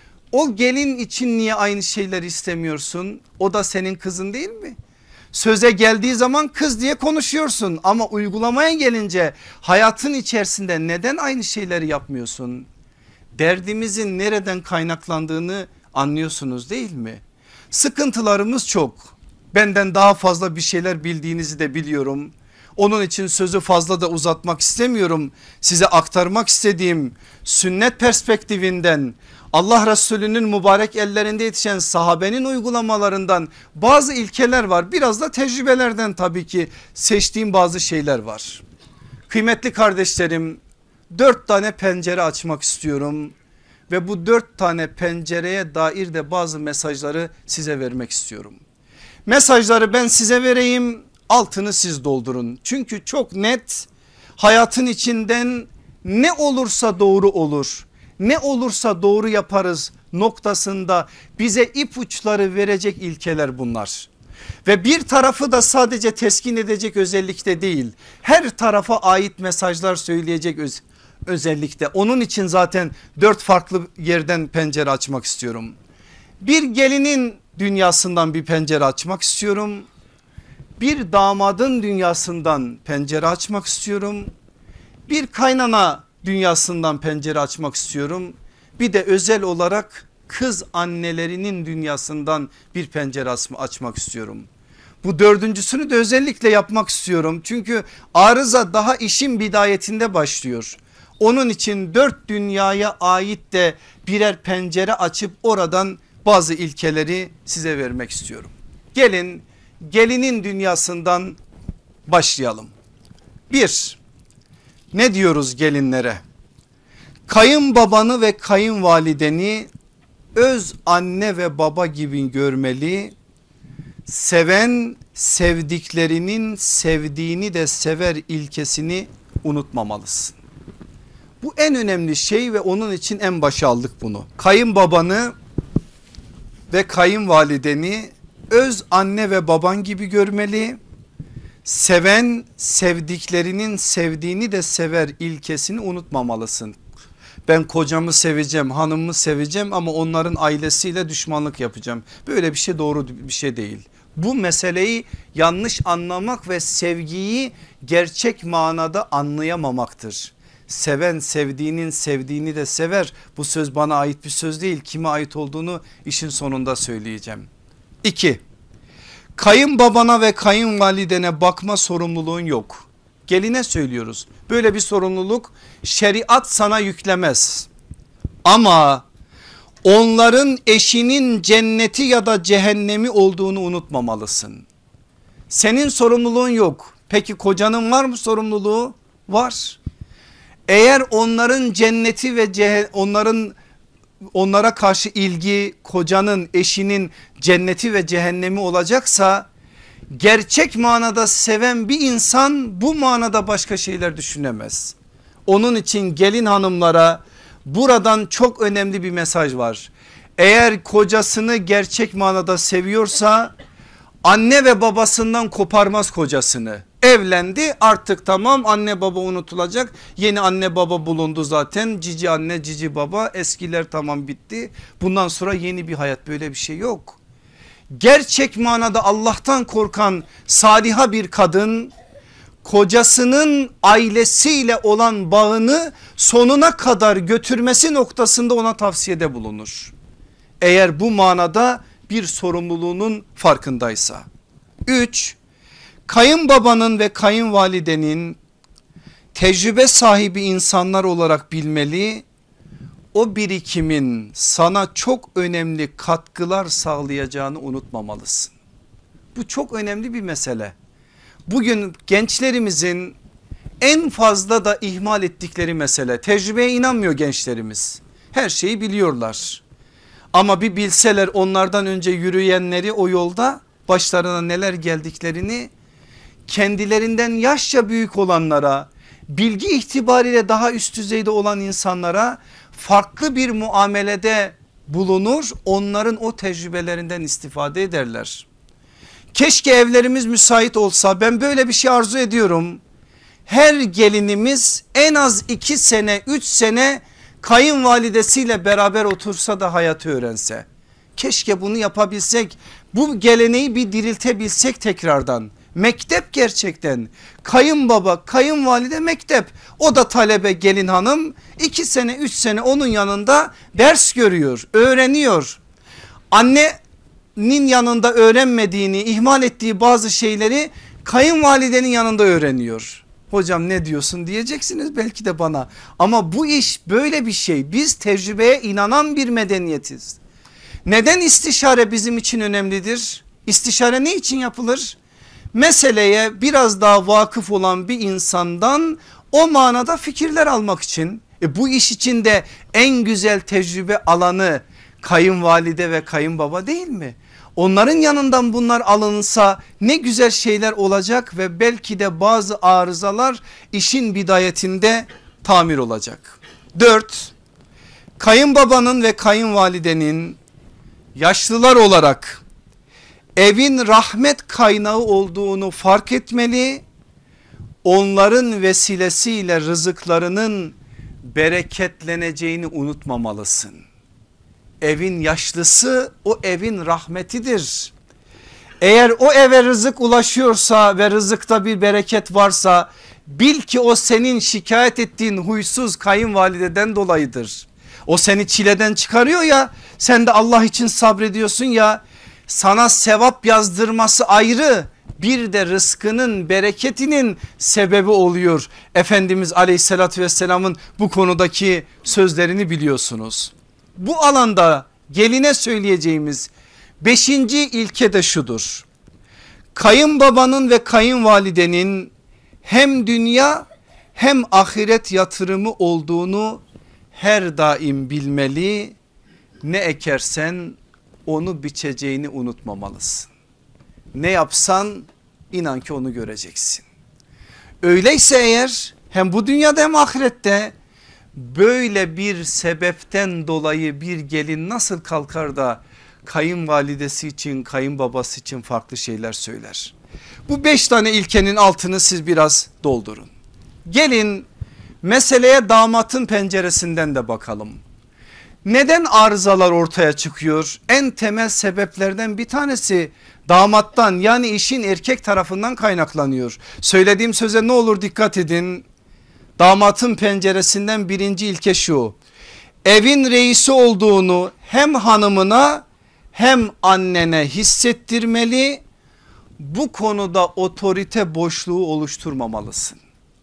O gelin için niye aynı şeyler istemiyorsun? O da senin kızın değil mi? Söze geldiği zaman kız diye konuşuyorsun ama uygulamaya gelince hayatın içerisinde neden aynı şeyleri yapmıyorsun? Derdimizin nereden kaynaklandığını anlıyorsunuz değil mi? Sıkıntılarımız çok. Benden daha fazla bir şeyler bildiğinizi de biliyorum. Onun için sözü fazla da uzatmak istemiyorum. Size aktarmak istediğim sünnet perspektifinden, Allah Resulü'nün mübarek ellerinde yetişen sahabenin uygulamalarından bazı ilkeler var. Biraz da tecrübelerden tabii ki seçtiğim bazı şeyler var. Kıymetli kardeşlerim, dört tane pencere açmak istiyorum ve bu dört tane pencereye dair de bazı mesajları size vermek istiyorum. Mesajları ben size vereyim, altını siz doldurun. Çünkü çok net, hayatın içinden ne olursa doğru olur, ne olursa doğru yaparız noktasında bize ipuçları verecek ilkeler bunlar. Ve bir tarafı da sadece teskin edecek özellikte değil, her tarafa ait mesajlar söyleyecek öz özellikle. Onun için zaten dört farklı yerden pencere açmak istiyorum. Bir gelinin dünyasından bir pencere açmak istiyorum. Bir damadın dünyasından pencere açmak istiyorum. Bir kaynana dünyasından pencere açmak istiyorum. Bir de özel olarak kız annelerinin dünyasından bir pencere açmak istiyorum. Bu dördüncüsünü de özellikle yapmak istiyorum. Çünkü arıza daha işin bidayetinde başlıyor. Onun için dört dünyaya ait de birer pencere açıp oradan bazı ilkeleri size vermek istiyorum. Gelin gelinin dünyasından başlayalım. Bir, ne diyoruz gelinlere? Kayınbabanı ve kayınvalideni öz anne ve baba gibi görmeli. Seven sevdiklerinin sevdiğini de sever ilkesini unutmamalısın. Bu en önemli şey ve onun için en başa aldık bunu. Kayınbabanı ve kayınvalideni öz anne ve baban gibi görmeli. Seven sevdiklerinin sevdiğini de sever ilkesini unutmamalısın. Ben kocamı seveceğim, hanımımı seveceğim ama onların ailesiyle düşmanlık yapacağım. Böyle bir şey doğru bir şey değil. Bu meseleyi yanlış anlamak ve sevgiyi gerçek manada anlayamamaktır. Seven sevdiğinin sevdiğini de sever. Bu söz bana ait bir söz değil. Kime ait olduğunu işin sonunda söyleyeceğim. İki, kayınbabana ve kayınvalidene bakma sorumluluğun yok. Geline söylüyoruz. Böyle bir sorumluluk şeriat sana yüklemez. Ama onların eşinin cenneti ya da cehennemi olduğunu unutmamalısın. Senin sorumluluğun yok. Peki kocanın var mı sorumluluğu? Var. Eğer onların cenneti ve ceh- onların onlara karşı ilgi, kocanın, eşinin cenneti ve cehennemi olacaksa, gerçek manada seven bir insan bu manada başka şeyler düşünemez. Onun için gelin hanımlara buradan çok önemli bir mesaj var. Eğer kocasını gerçek manada seviyorsa anne ve babasından koparmaz kocasını. Evlendi artık, tamam, anne baba unutulacak. Yeni anne baba bulundu zaten, cici anne cici baba, eskiler tamam bitti. Bundan sonra yeni bir hayat, böyle bir şey yok. Gerçek manada Allah'tan korkan saliha bir kadın kocasının ailesiyle olan bağını sonuna kadar götürmesi noktasında ona tavsiyede bulunur. Eğer bu manada bir sorumluluğunun farkındaysa. üç. Kayınbabanın ve kayınvalidenin tecrübe sahibi insanlar olarak bilmeli, o birikimin sana çok önemli katkılar sağlayacağını unutmamalısın. Bu çok önemli bir mesele. Bugün gençlerimizin en fazla da ihmal ettikleri mesele, tecrübeye inanmıyor gençlerimiz. Her şeyi biliyorlar. Ama bir bilseler onlardan önce yürüyenleri, o yolda başlarına neler geldiklerini, kendilerinden yaşça büyük olanlara, bilgi itibariyle daha üst düzeyde olan insanlara farklı bir muamelede bulunur, onların o tecrübelerinden istifade ederler. Keşke evlerimiz müsait olsa, ben böyle bir şey arzu ediyorum. Her gelinimiz en az iki sene üç sene kayınvalidesiyle beraber otursa da hayatı öğrense. Keşke bunu yapabilsek, bu geleneği bir diriltebilsek tekrardan. Mektep gerçekten, kayınbaba kayınvalide mektep, o da talebe gelin hanım, iki sene üç sene onun yanında ders görüyor, öğreniyor. Annenin yanında öğrenmediğini, ihmal ettiği bazı şeyleri kayınvalidenin yanında öğreniyor. Hocam ne diyorsun diyeceksiniz belki de bana, ama bu iş böyle bir şey. Biz tecrübeye inanan bir medeniyetiz. Neden istişare bizim için önemlidir? İstişare ne için yapılır? Meseleye biraz daha vakıf olan bir insandan o manada fikirler almak için. E bu iş içinde en güzel tecrübe alanı kayınvalide ve kayınbaba değil mi? Onların yanından bunlar alınsa ne güzel şeyler olacak ve belki de bazı arızalar işin bidayetinde tamir olacak. dört. Kayınbabanın ve kayınvalidenin yaşlılar olarak evin rahmet kaynağı olduğunu fark etmeli. Onların vesilesiyle rızıklarının bereketleneceğini unutmamalısın. Evin yaşlısı o evin rahmetidir. Eğer o eve rızık ulaşıyorsa ve rızıkta bir bereket varsa, bil ki o senin şikayet ettiğin huysuz kayınvalideden dolayıdır. O seni çileden çıkarıyor ya, sen de Allah için sabrediyorsun ya, sana sevap yazdırması ayrı, bir de rızkının bereketinin sebebi oluyor. Efendimiz aleyhissalatü vesselamın bu konudaki sözlerini biliyorsunuz. Bu alanda geline söyleyeceğimiz beşinci ilke de şudur: kayınbabanın ve kayınvalidenin hem dünya hem ahiret yatırımı olduğunu her daim bilmeli. Ne ekersen onu biçeceğini unutmamalısın. Ne yapsan inan ki onu göreceksin. Öyleyse eğer hem bu dünyada hem ahirette böyle bir sebepten dolayı bir gelin nasıl kalkar da kayınvalidesi için, kayınbabası için farklı şeyler söyler? Bu beş tane ilkenin altını siz biraz doldurun. Gelin meseleye damatın penceresinden de bakalım. Neden arızalar ortaya çıkıyor? En temel sebeplerden bir tanesi damattan, yani işin erkek tarafından kaynaklanıyor. Söylediğim söze ne olur dikkat edin. Damatın penceresinden birinci ilke şu: evin reisi olduğunu hem hanımına hem annene hissettirmeli. Bu konuda otorite boşluğu oluşturmamalısın.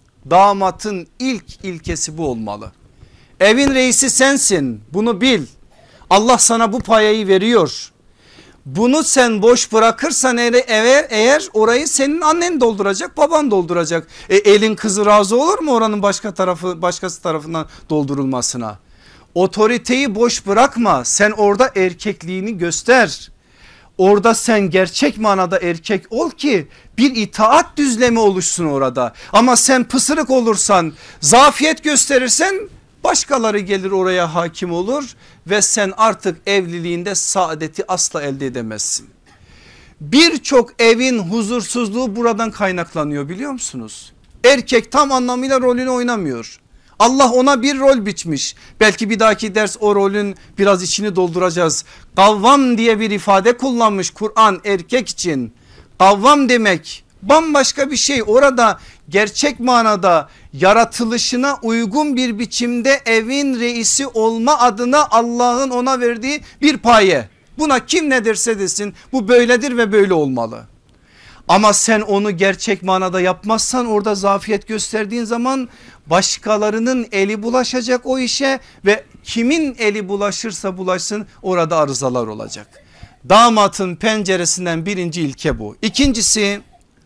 Damatın ilk ilkesi bu olmalı. Evin reisi sensin, bunu bil. Allah sana bu payayı veriyor. Bunu sen boş bırakırsan eğer, eğer orayı senin annen dolduracak, baban dolduracak. E, elin kızı razı olur mu oranın başka tarafı başkası tarafından doldurulmasına? Otoriteyi boş bırakma, sen orada erkekliğini göster. Orada sen gerçek manada erkek ol ki bir itaat düzlemi oluşsun orada. Ama sen pısırık olursan, zafiyet gösterirsen başkaları gelir oraya hakim olur ve sen artık evliliğinde saadeti asla elde edemezsin. Birçok evin huzursuzluğu buradan kaynaklanıyor, biliyor musunuz? Erkek tam anlamıyla rolünü oynamıyor. Allah ona bir rol biçmiş. Belki bir dahaki ders o rolün biraz içini dolduracağız. Kavvam diye bir ifade kullanmış Kur'an erkek için. Kavvam demek bambaşka bir şey. Orada gerçek manada yaratılışına uygun bir biçimde evin reisi olma adına Allah'ın ona verdiği bir paye. Buna kim ne derse desin bu böyledir ve böyle olmalı. Ama sen onu gerçek manada yapmazsan, orada zafiyet gösterdiğin zaman başkalarının eli bulaşacak o işe ve kimin eli bulaşırsa bulaşsın orada arızalar olacak. Damatın penceresinden birinci ilke bu. İkincisi,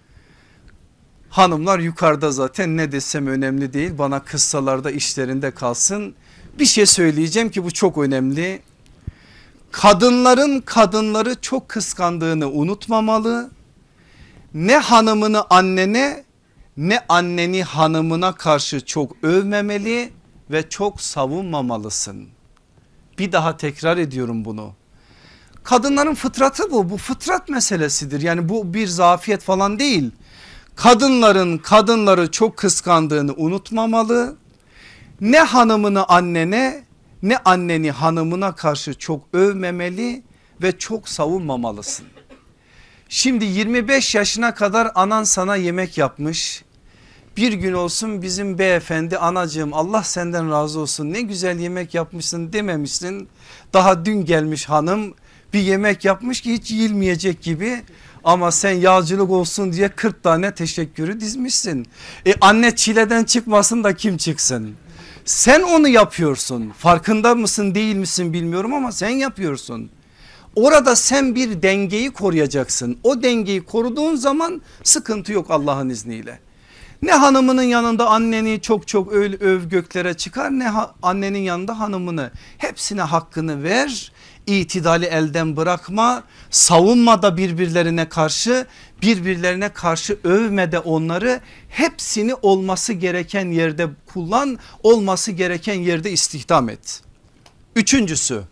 hanımlar yukarıda zaten ne desem önemli değil, bana kıssalarda işlerinde kalsın. Bir şey söyleyeceğim ki bu çok önemli. Kadınların kadınları çok kıskandığını unutmamalı. Ne hanımını annene ne anneni hanımına karşı çok övmemeli ve çok savunmamalısın. Bir daha tekrar ediyorum bunu. Kadınların fıtratı bu. Bu fıtrat meselesidir. Yani bu bir zafiyet falan değil. Kadınların kadınları çok kıskandığını unutmamalı. Ne hanımını annene ne anneni hanımına karşı çok övmemeli ve çok savunmamalısın. Şimdi yirmi beş yaşına kadar anan sana yemek yapmış. Bir gün olsun bizim beyefendi anacığım Allah senden razı olsun ne güzel yemek yapmışsın dememişsin. Daha dün gelmiş hanım bir yemek yapmış ki hiç yiyilmeyecek gibi. Ama sen yağcılık olsun diye kırk tane teşekkürü dizmişsin. E anne çileden çıkmasın da kim çıksın? Sen onu yapıyorsun. Farkında mısın değil misin bilmiyorum ama sen yapıyorsun. Orada sen bir dengeyi koruyacaksın. O dengeyi koruduğun zaman sıkıntı yok Allah'ın izniyle. Ne hanımının yanında anneni çok çok öv, öv göklere çıkar, ne ha, annenin yanında hanımını. Hepsine hakkını ver. İtidali elden bırakma. Savunma da birbirlerine karşı, birbirlerine karşı övme de onları. Hepsini olması gereken yerde kullan, olması gereken yerde istihdam et. Üçüncüsü,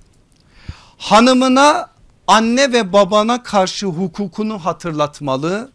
hanımına anne ve babana karşı hukukunu hatırlatmalı.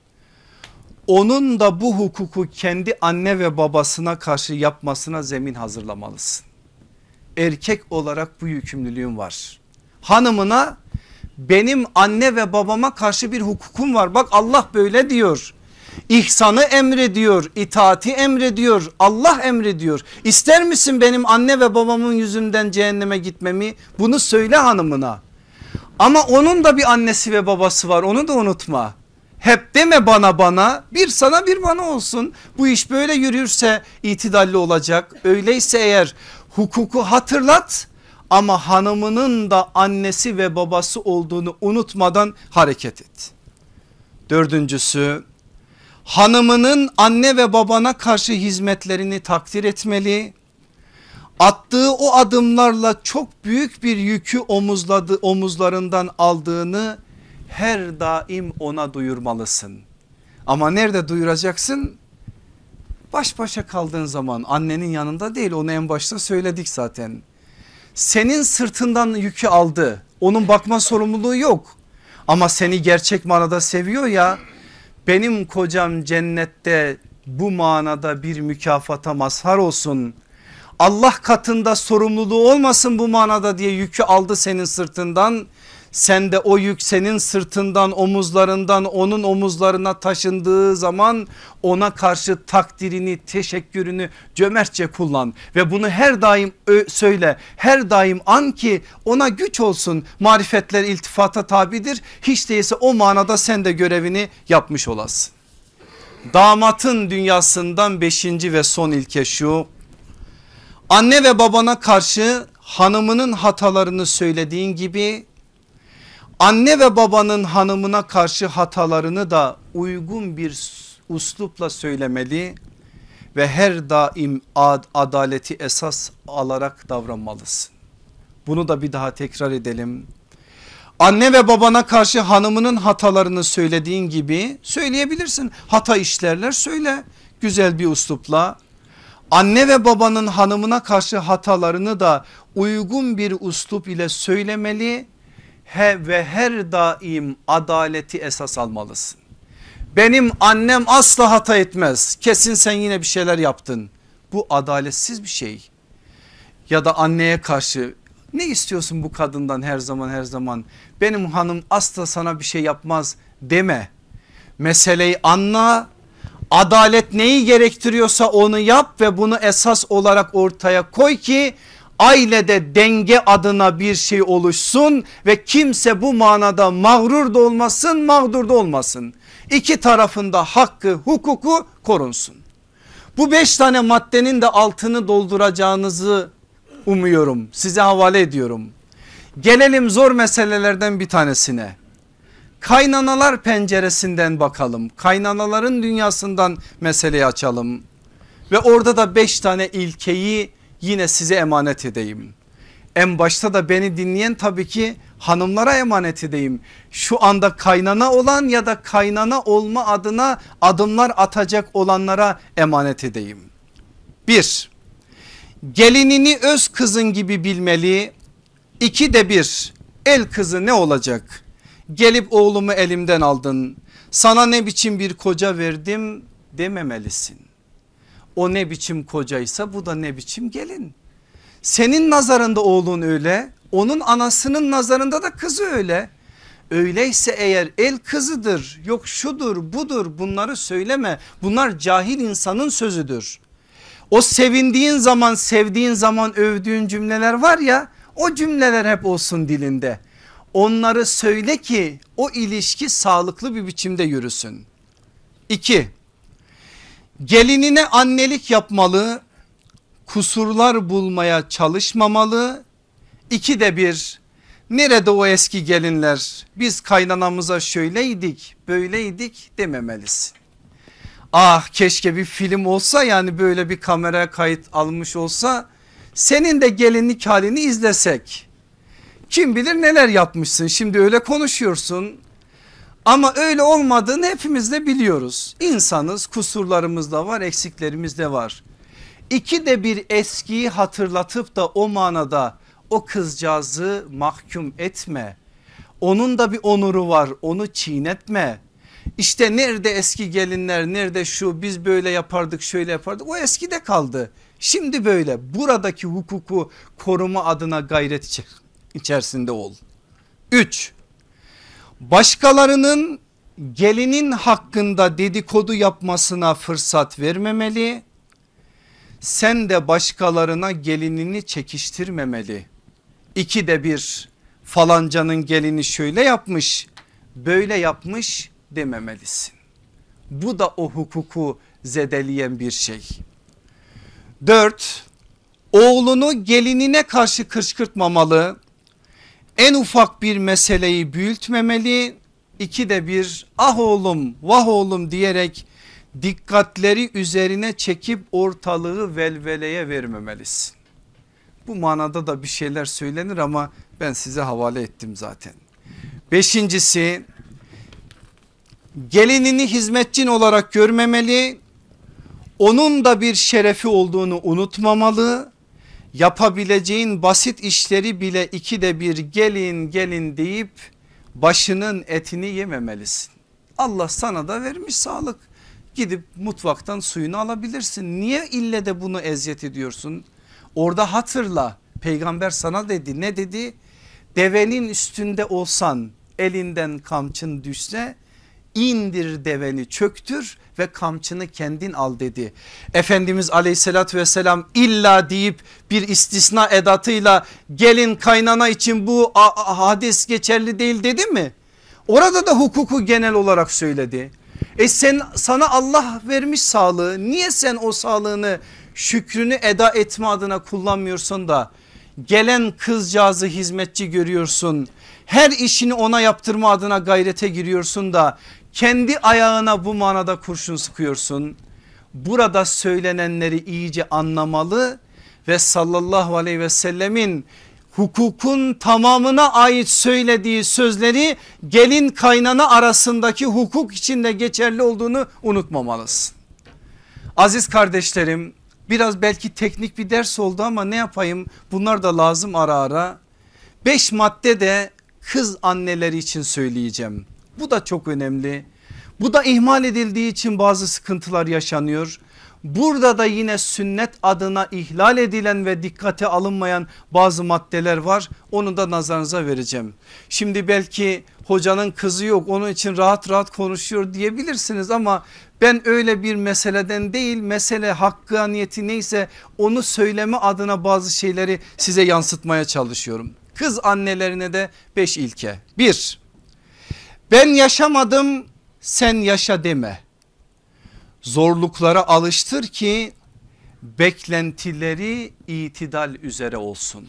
Onun da bu hukuku kendi anne ve babasına karşı yapmasına zemin hazırlamalısın. Erkek olarak bu yükümlülüğün var. Hanımına benim anne ve babama karşı bir hukukum var. Bak Allah böyle diyor. İhsanı emrediyor, itaati emrediyor, Allah emrediyor. İster misin benim anne ve babamın yüzünden cehenneme gitmemi? Bunu söyle hanımına. Ama onun da bir annesi ve babası var, onu da unutma. Hep deme bana bana, bir sana bir bana olsun. Bu iş böyle yürürse itidalli olacak. Öyleyse eğer hukuku hatırlat ama hanımının da annesi ve babası olduğunu unutmadan hareket et. Dördüncüsü, hanımının anne ve babana karşı hizmetlerini takdir etmeli. Attığı o adımlarla çok büyük bir yükü omuzladı, omuzlarından aldığını her daim ona duyurmalısın. Ama nerede duyuracaksın? Baş başa kaldığın zaman, annenin yanında değil, onu en başta söyledik zaten. Senin sırtından yükü aldı, onun bakma sorumluluğu yok. Ama seni gerçek manada seviyor ya, benim kocam cennette bu manada bir mükafata mazhar olsun. Allah katında sorumluluğu olmasın bu manada diye yükü aldı senin sırtından. Sen de o yük senin sırtından, omuzlarından onun omuzlarına taşındığı zaman ona karşı takdirini, teşekkürünü cömertçe kullan ve bunu her daim söyle, her daim an ki ona güç olsun. Marifetler iltifata tabidir, hiç değilse o manada sen de görevini yapmış olasın. Damatın dünyasından beşinci ve son ilke şu: anne ve babana karşı hanımının hatalarını söylediğin gibi Anne ve babanın hanımına karşı hatalarını da uygun bir uslupla söylemeli ve her daim ad, adaleti esas alarak davranmalısın. Bunu da bir daha tekrar edelim. Anne ve babana karşı hanımının hatalarını söylediğin gibi söyleyebilirsin. Hata işlerler, söyle güzel bir uslupla. Anne ve babanın hanımına karşı hatalarını da uygun bir uslup ile söylemeli he ve her daim adaleti esas almalısın. Benim annem asla hata etmez, kesin sen yine bir şeyler yaptın. Bu adaletsiz bir şey. Ya da anneye karşı ne istiyorsun bu kadından her zaman her zaman, benim hanım asla sana bir şey yapmaz deme. Meseleyi anla, adalet neyi gerektiriyorsa onu yap ve bunu esas olarak ortaya koy ki ailede denge adına bir şey oluşsun ve kimse bu manada mağrur da olmasın, mağdur da olmasın. İki tarafında hakkı, hukuku korunsun. Bu beş tane maddenin de altını dolduracağınızı umuyorum, size havale ediyorum. Gelelim zor meselelerden bir tanesine. Kaynanalar penceresinden bakalım. Kaynanaların dünyasından meseleyi açalım. Ve orada da beş tane ilkeyi yine size emanet edeyim. En başta da beni dinleyen tabii ki hanımlara emanet edeyim. Şu anda kaynana olan ya da kaynana olma adına adımlar atacak olanlara emanet edeyim. Bir, gelinini öz kızın gibi bilmeli. İki de bir, el kızı ne olacak? Gelip oğlumu elimden aldın, sana ne biçim bir koca verdim dememelisin. O ne biçim kocaysa bu da ne biçim gelin. Senin nazarında oğlun öyle, onun anasının nazarında da kızı öyle. Öyleyse eğer el kızıdır, yok şudur budur, bunları söyleme. Bunlar cahil insanın sözüdür. O sevindiğin zaman, sevdiğin zaman övdüğün cümleler var ya, o cümleler hep olsun dilinde. Onları söyle ki o ilişki sağlıklı bir biçimde yürüsün. İki, gelinine annelik yapmalı, kusurlar bulmaya çalışmamalı. İki de bir, nerede o eski gelinler, biz kaynanamıza şöyleydik böyleydik dememelisin. Ah keşke bir film olsa, yani böyle bir kamera kayıt almış olsa, senin de gelinlik halini izlesek. Kim bilir neler yapmışsın, şimdi öyle konuşuyorsun ama öyle olmadığını hepimiz de biliyoruz. İnsanız, kusurlarımız da var, eksiklerimiz de var. İki de bir eskiyi hatırlatıp da o manada o kızcağızı mahkum etme. Onun da bir onuru var, onu çiğnetme. İşte nerede eski gelinler, nerede şu, biz böyle yapardık şöyle yapardık, o eskide kaldı. Şimdi böyle, buradaki hukuku koruma adına gayret içerisinde ol. Üç, başkalarının gelinin hakkında dedikodu yapmasına fırsat vermemeli. Sen de başkalarına gelinini çekiştirmemeli. İki de bir, falancanın gelini şöyle yapmış böyle yapmış dememelisin. Bu da o hukuku zedeleyen bir şey. Dört, oğlunu gelinine karşı kışkırtmamalı. En ufak bir meseleyi büyütmemeli. İki de bir, ah oğlum vah oğlum diyerek dikkatleri üzerine çekip ortalığı velveleye vermemelisin. Bu manada da bir şeyler söylenir ama ben size havale ettim zaten. Beşincisi, gelinini hizmetçin olarak görmemeli. Onun da bir şerefi olduğunu unutmamalı. Yapabileceğin basit işleri bile ikide bir gelin gelin deyip başının etini yememelisin. Allah sana da vermiş sağlık. Gidip mutfaktan suyunu alabilirsin. Niye ille de bunu eziyet ediyorsun? Orada hatırla, peygamber sana dedi, ne dedi? Devenin üstünde olsan, elinden kamçın düşse indir deveni, çöktür ve kamçını kendin al dedi. Efendimiz aleyhissalatü vesselam illa deyip bir istisna edatıyla gelin kaynana için bu hadis geçerli değil dedi mi? Orada da hukuku genel olarak söyledi. E sen, sana Allah vermiş sağlığı, niye sen o sağlığını şükrünü eda etme adına kullanmıyorsun da gelen kızcağızı hizmetçi görüyorsun, her işini ona yaptırma adına gayrete giriyorsun da kendi ayağına bu manada kurşun sıkıyorsun. Burada söylenenleri iyice anlamalı ve sallallahu aleyhi ve sellemin hukukun tamamına ait söylediği sözleri gelin kaynana arasındaki hukuk içinde geçerli olduğunu unutmamalısın. Aziz kardeşlerim, biraz belki teknik bir ders oldu ama ne yapayım, bunlar da lazım ara ara. Beş madde de kız anneleri için söyleyeceğim. Bu da çok önemli. Bu da ihmal edildiği için bazı sıkıntılar yaşanıyor. Burada da yine sünnet adına ihlal edilen ve dikkate alınmayan bazı maddeler var. Onu da nazarınıza vereceğim. Şimdi belki hocanın kızı yok, onun için rahat rahat konuşuyor diyebilirsiniz ama ben öyle bir meseleden değil, mesele hakkaniyeti neyse onu söyleme adına bazı şeyleri size yansıtmaya çalışıyorum. Kız annelerine de beş ilke. Bir, ben yaşamadım sen yaşa deme. Zorluklara alıştır ki beklentileri itidal üzere olsun.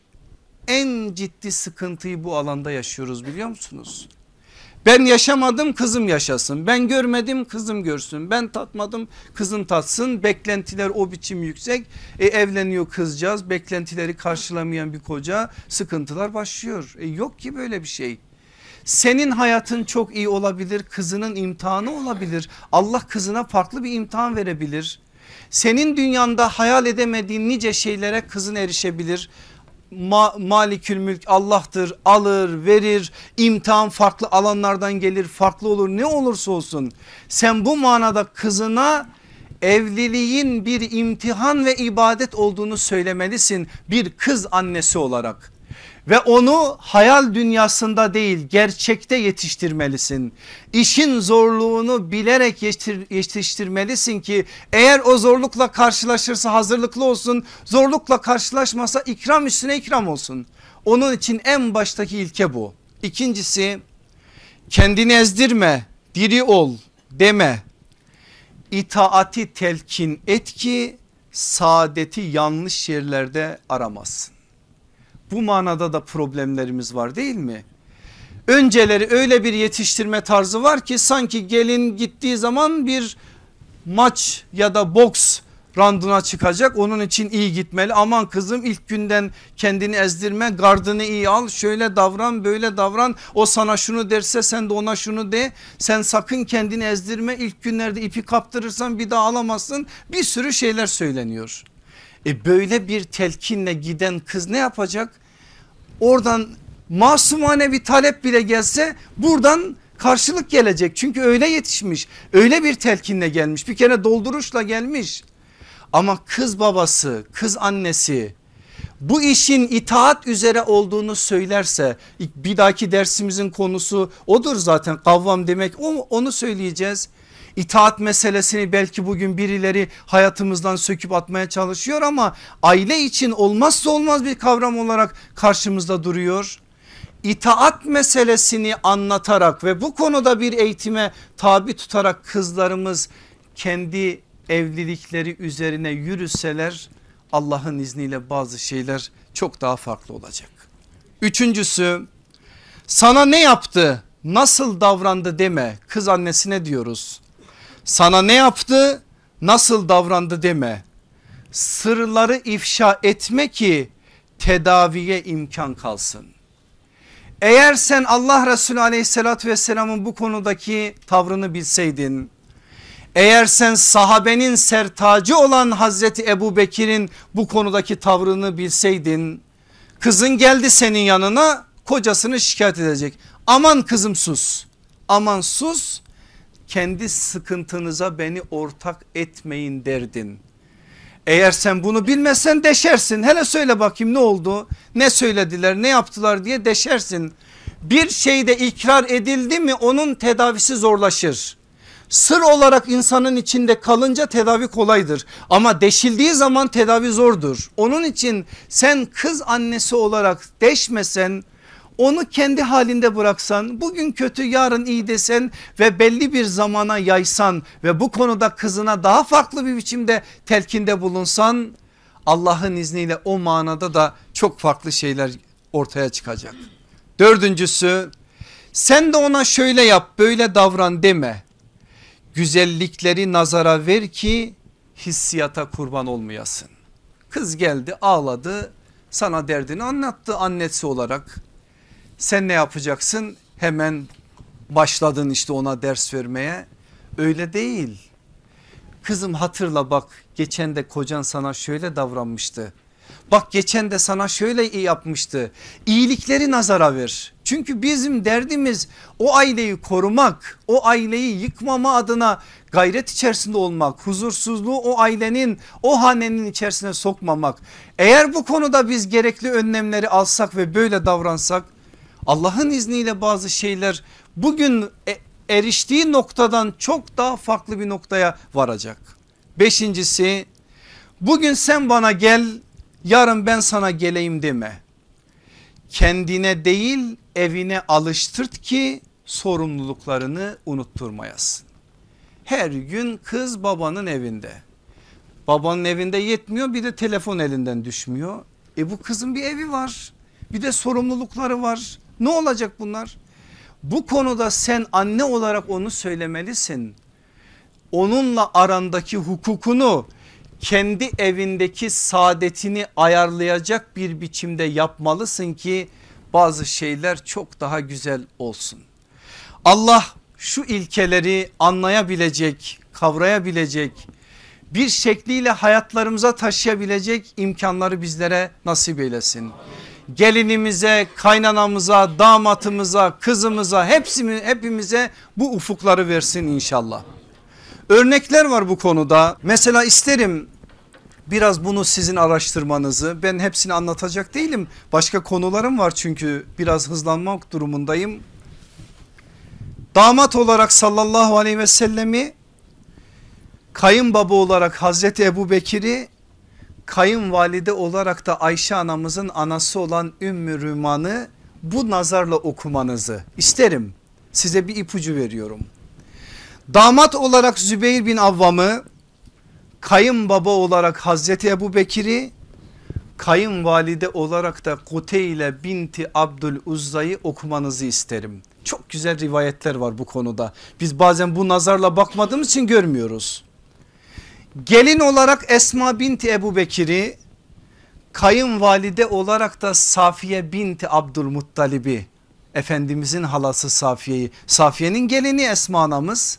En ciddi sıkıntıyı bu alanda yaşıyoruz, biliyor musunuz? Ben yaşamadım kızım yaşasın, ben görmedim kızım görsün, ben tatmadım kızım tatsın, beklentiler o biçim yüksek. E, evleniyor kızcağız, beklentileri karşılamayan bir koca, sıkıntılar başlıyor. E, yok ki böyle bir şey. Senin hayatın çok iyi olabilir, kızının imtihanı olabilir. Allah kızına farklı bir imtihan verebilir. Senin dünyanda hayal edemediğin nice şeylere kızın erişebilir. Ma Malikül mülk Allah'tır, alır verir, imtihan farklı alanlardan gelir, farklı olur, ne olursa olsun. Sen bu manada kızına evliliğin bir imtihan ve ibadet olduğunu söylemelisin bir kız annesi olarak. Ve onu hayal dünyasında değil gerçekte yetiştirmelisin. İşin zorluğunu bilerek yetiştirmelisin ki eğer o zorlukla karşılaşırsa hazırlıklı olsun. Zorlukla karşılaşmasa ikram üstüne ikram olsun. Onun için en baştaki ilke bu. İkincisi, kendini ezdirme, diri ol deme. İtaati telkin et ki saadeti yanlış yerlerde aramazsın. Bu manada da problemlerimiz var değil mi? Önceleri öyle bir yetiştirme tarzı var ki sanki gelin gittiği zaman bir maç ya da boks randına çıkacak, onun için iyi gitmeli. Aman kızım ilk günden kendini ezdirme, gardını iyi al, şöyle davran böyle davran, o sana şunu derse sen de ona şunu de, sen sakın kendini ezdirme, ilk günlerde ipi kaptırırsan bir daha alamazsın, bir sürü şeyler söyleniyor. E böyle bir telkinle giden kız ne yapacak? Oradan masumane bir talep bile gelse buradan karşılık gelecek. Çünkü öyle yetişmiş, öyle bir telkinle gelmiş, bir kere dolduruşla gelmiş. Ama kız babası, kız annesi bu işin itaat üzere olduğunu söylerse, bir dahaki dersimizin konusu odur zaten, kavvam demek, onu söyleyeceğiz. İtaat meselesini belki bugün birileri hayatımızdan söküp atmaya çalışıyor ama aile için olmazsa olmaz bir kavram olarak karşımızda duruyor. İtaat meselesini anlatarak ve bu konuda bir eğitime tabi tutarak kızlarımız kendi evlilikleri üzerine yürüseler Allah'ın izniyle bazı şeyler çok daha farklı olacak. Üçüncüsü, sana ne yaptı, nasıl davrandı deme. Kız annesine diyoruz. Sana ne yaptı, nasıl davrandı deme. Sırları ifşa etme ki tedaviye imkan kalsın. Eğer sen Allah Resulü aleyhissalatü vesselamın bu konudaki tavrını bilseydin, eğer sen sahabenin sertacı olan Hazreti Ebu Bekir'in bu konudaki tavrını bilseydin, kızın geldi senin yanına kocasını şikayet edecek. Aman kızım sus, aman sus, kendi sıkıntınıza beni ortak etmeyin derdin. Eğer sen bunu bilmezsen deşersin, hele söyle bakayım ne oldu, ne söylediler, ne yaptılar diye deşersin. Bir şeyde ikrar edildi mi onun tedavisi zorlaşır. Sır olarak insanın içinde kalınca tedavi kolaydır ama deşildiği zaman tedavi zordur. Onun için sen kız annesi olarak deşmesen, onu kendi halinde bıraksan, bugün kötü yarın iyi desen ve belli bir zamana yaysan ve bu konuda kızına daha farklı bir biçimde telkinde bulunsan, Allah'ın izniyle o manada da çok farklı şeyler ortaya çıkacak. Dördüncüsü, sen de ona şöyle yap böyle davran deme. Güzellikleri nazara ver ki hissiyata kurban olmayasın. Kız geldi ağladı, sana derdini anlattı annesi olarak. Sen ne yapacaksın? Hemen başladın işte ona ders vermeye. Öyle değil. Kızım hatırla bak, geçen de kocan sana şöyle davranmıştı. Bak geçen de sana şöyle iyi yapmıştı. İyilikleri nazara ver. Çünkü bizim derdimiz o aileyi korumak, o aileyi yıkmama adına gayret içerisinde olmak, huzursuzluğu o ailenin, o hanenin içerisine sokmamak. Eğer bu konuda biz gerekli önlemleri alsak ve böyle davransak, Allah'ın izniyle bazı şeyler bugün eriştiği noktadan çok daha farklı bir noktaya varacak. Beşincisi, bugün sen bana gel, yarın ben sana geleyim deme. Kendine değil evine alıştırt ki sorumluluklarını unutturmayasın. Her gün kız babanın evinde. Babanın evinde yetmiyor, bir de telefon elinden düşmüyor. E bu kızın bir evi var, bir de sorumlulukları var. Ne olacak bunlar? Bu konuda sen anne olarak onu söylemelisin. Onunla arandaki hukukunu, kendi evindeki saadetini ayarlayacak bir biçimde yapmalısın ki bazı şeyler çok daha güzel olsun. Allah şu ilkeleri anlayabilecek, kavrayabilecek, bir şekliyle hayatlarımıza taşıyabilecek imkanları bizlere nasip eylesin. Gelinimize, kaynanamıza, damatımıza, kızımıza, hepsini, hepimize bu ufukları versin inşallah. Örnekler var bu konuda. Mesela isterim biraz bunu sizin araştırmanızı. Ben hepsini anlatacak değilim. Başka konularım var çünkü biraz hızlanmak durumundayım. Damat olarak sallallahu aleyhi ve sellemi, kayınbaba olarak Hazreti Ebu Bekir'i, kayınvalide olarak da Ayşe anamızın anası olan Ümmü Rüman'ı bu nazarla okumanızı isterim. Size bir ipucu veriyorum. Damat olarak Zübeyir bin Avvam'ı, kayınbaba olarak Hazreti Ebu Bekir'i, kayınvalide olarak da Kuteyle binti Abdül Uzza'yı okumanızı isterim. Çok güzel rivayetler var bu konuda. Biz bazen bu nazarla bakmadığımız için görmüyoruz. Gelin olarak Esma binti Ebu Bekir'i, kayınvalide olarak da Safiye binti Abdülmuttalib'i, Efendimizin halası Safiye'yi, Safiye'nin gelini Esma anamız,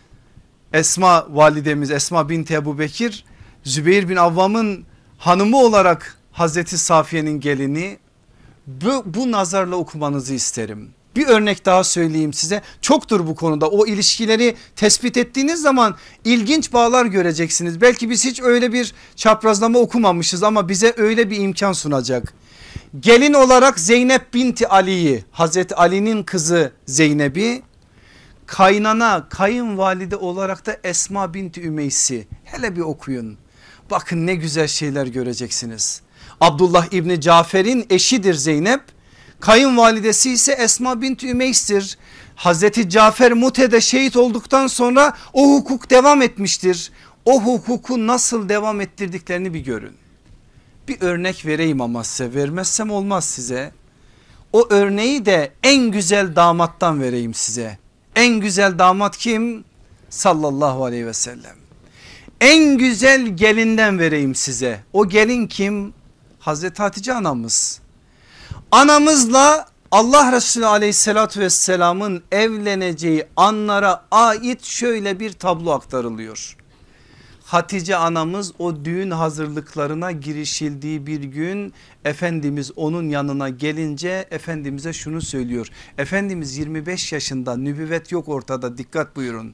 Esma validemiz Esma binti Ebu Bekir, Zübeyir bin Avvam'ın hanımı olarak Hazreti Safiye'nin gelini, bu, bu nazarla okumanızı isterim. Bir örnek daha söyleyeyim size, çoktur bu konuda. O ilişkileri tespit ettiğiniz zaman ilginç bağlar göreceksiniz. Belki biz hiç öyle bir çaprazlama okumamışız ama bize öyle bir imkan sunacak. Gelin olarak Zeynep binti Ali'yi, Hazreti Ali'nin kızı Zeynep'i, kaynana kayınvalide olarak da Esma binti Ümeys'i, hele bir okuyun. Bakın ne güzel şeyler göreceksiniz. Abdullah İbni Cafer'in eşidir Zeynep. Kayınvalidesi ise Esma binti Ümeys'tir. Hazreti Cafer Mute'de şehit olduktan sonra o hukuk devam etmiştir. O hukuku nasıl devam ettirdiklerini bir görün. Bir örnek vereyim ama size, vermezsem olmaz size. O örneği de en güzel damattan vereyim size. En güzel damat kim? Sallallahu aleyhi ve sellem. En güzel gelinden vereyim size. O gelin kim? Hazreti Hatice anamız. Anamızla Allah Resulü aleyhissalatü vesselamın evleneceği anlara ait şöyle bir tablo aktarılıyor. Hatice anamız o düğün hazırlıklarına girişildiği bir gün Efendimiz onun yanına gelince Efendimiz'e şunu söylüyor. Efendimiz yirmi beş yaşında, nübüvvet yok ortada, dikkat buyurun.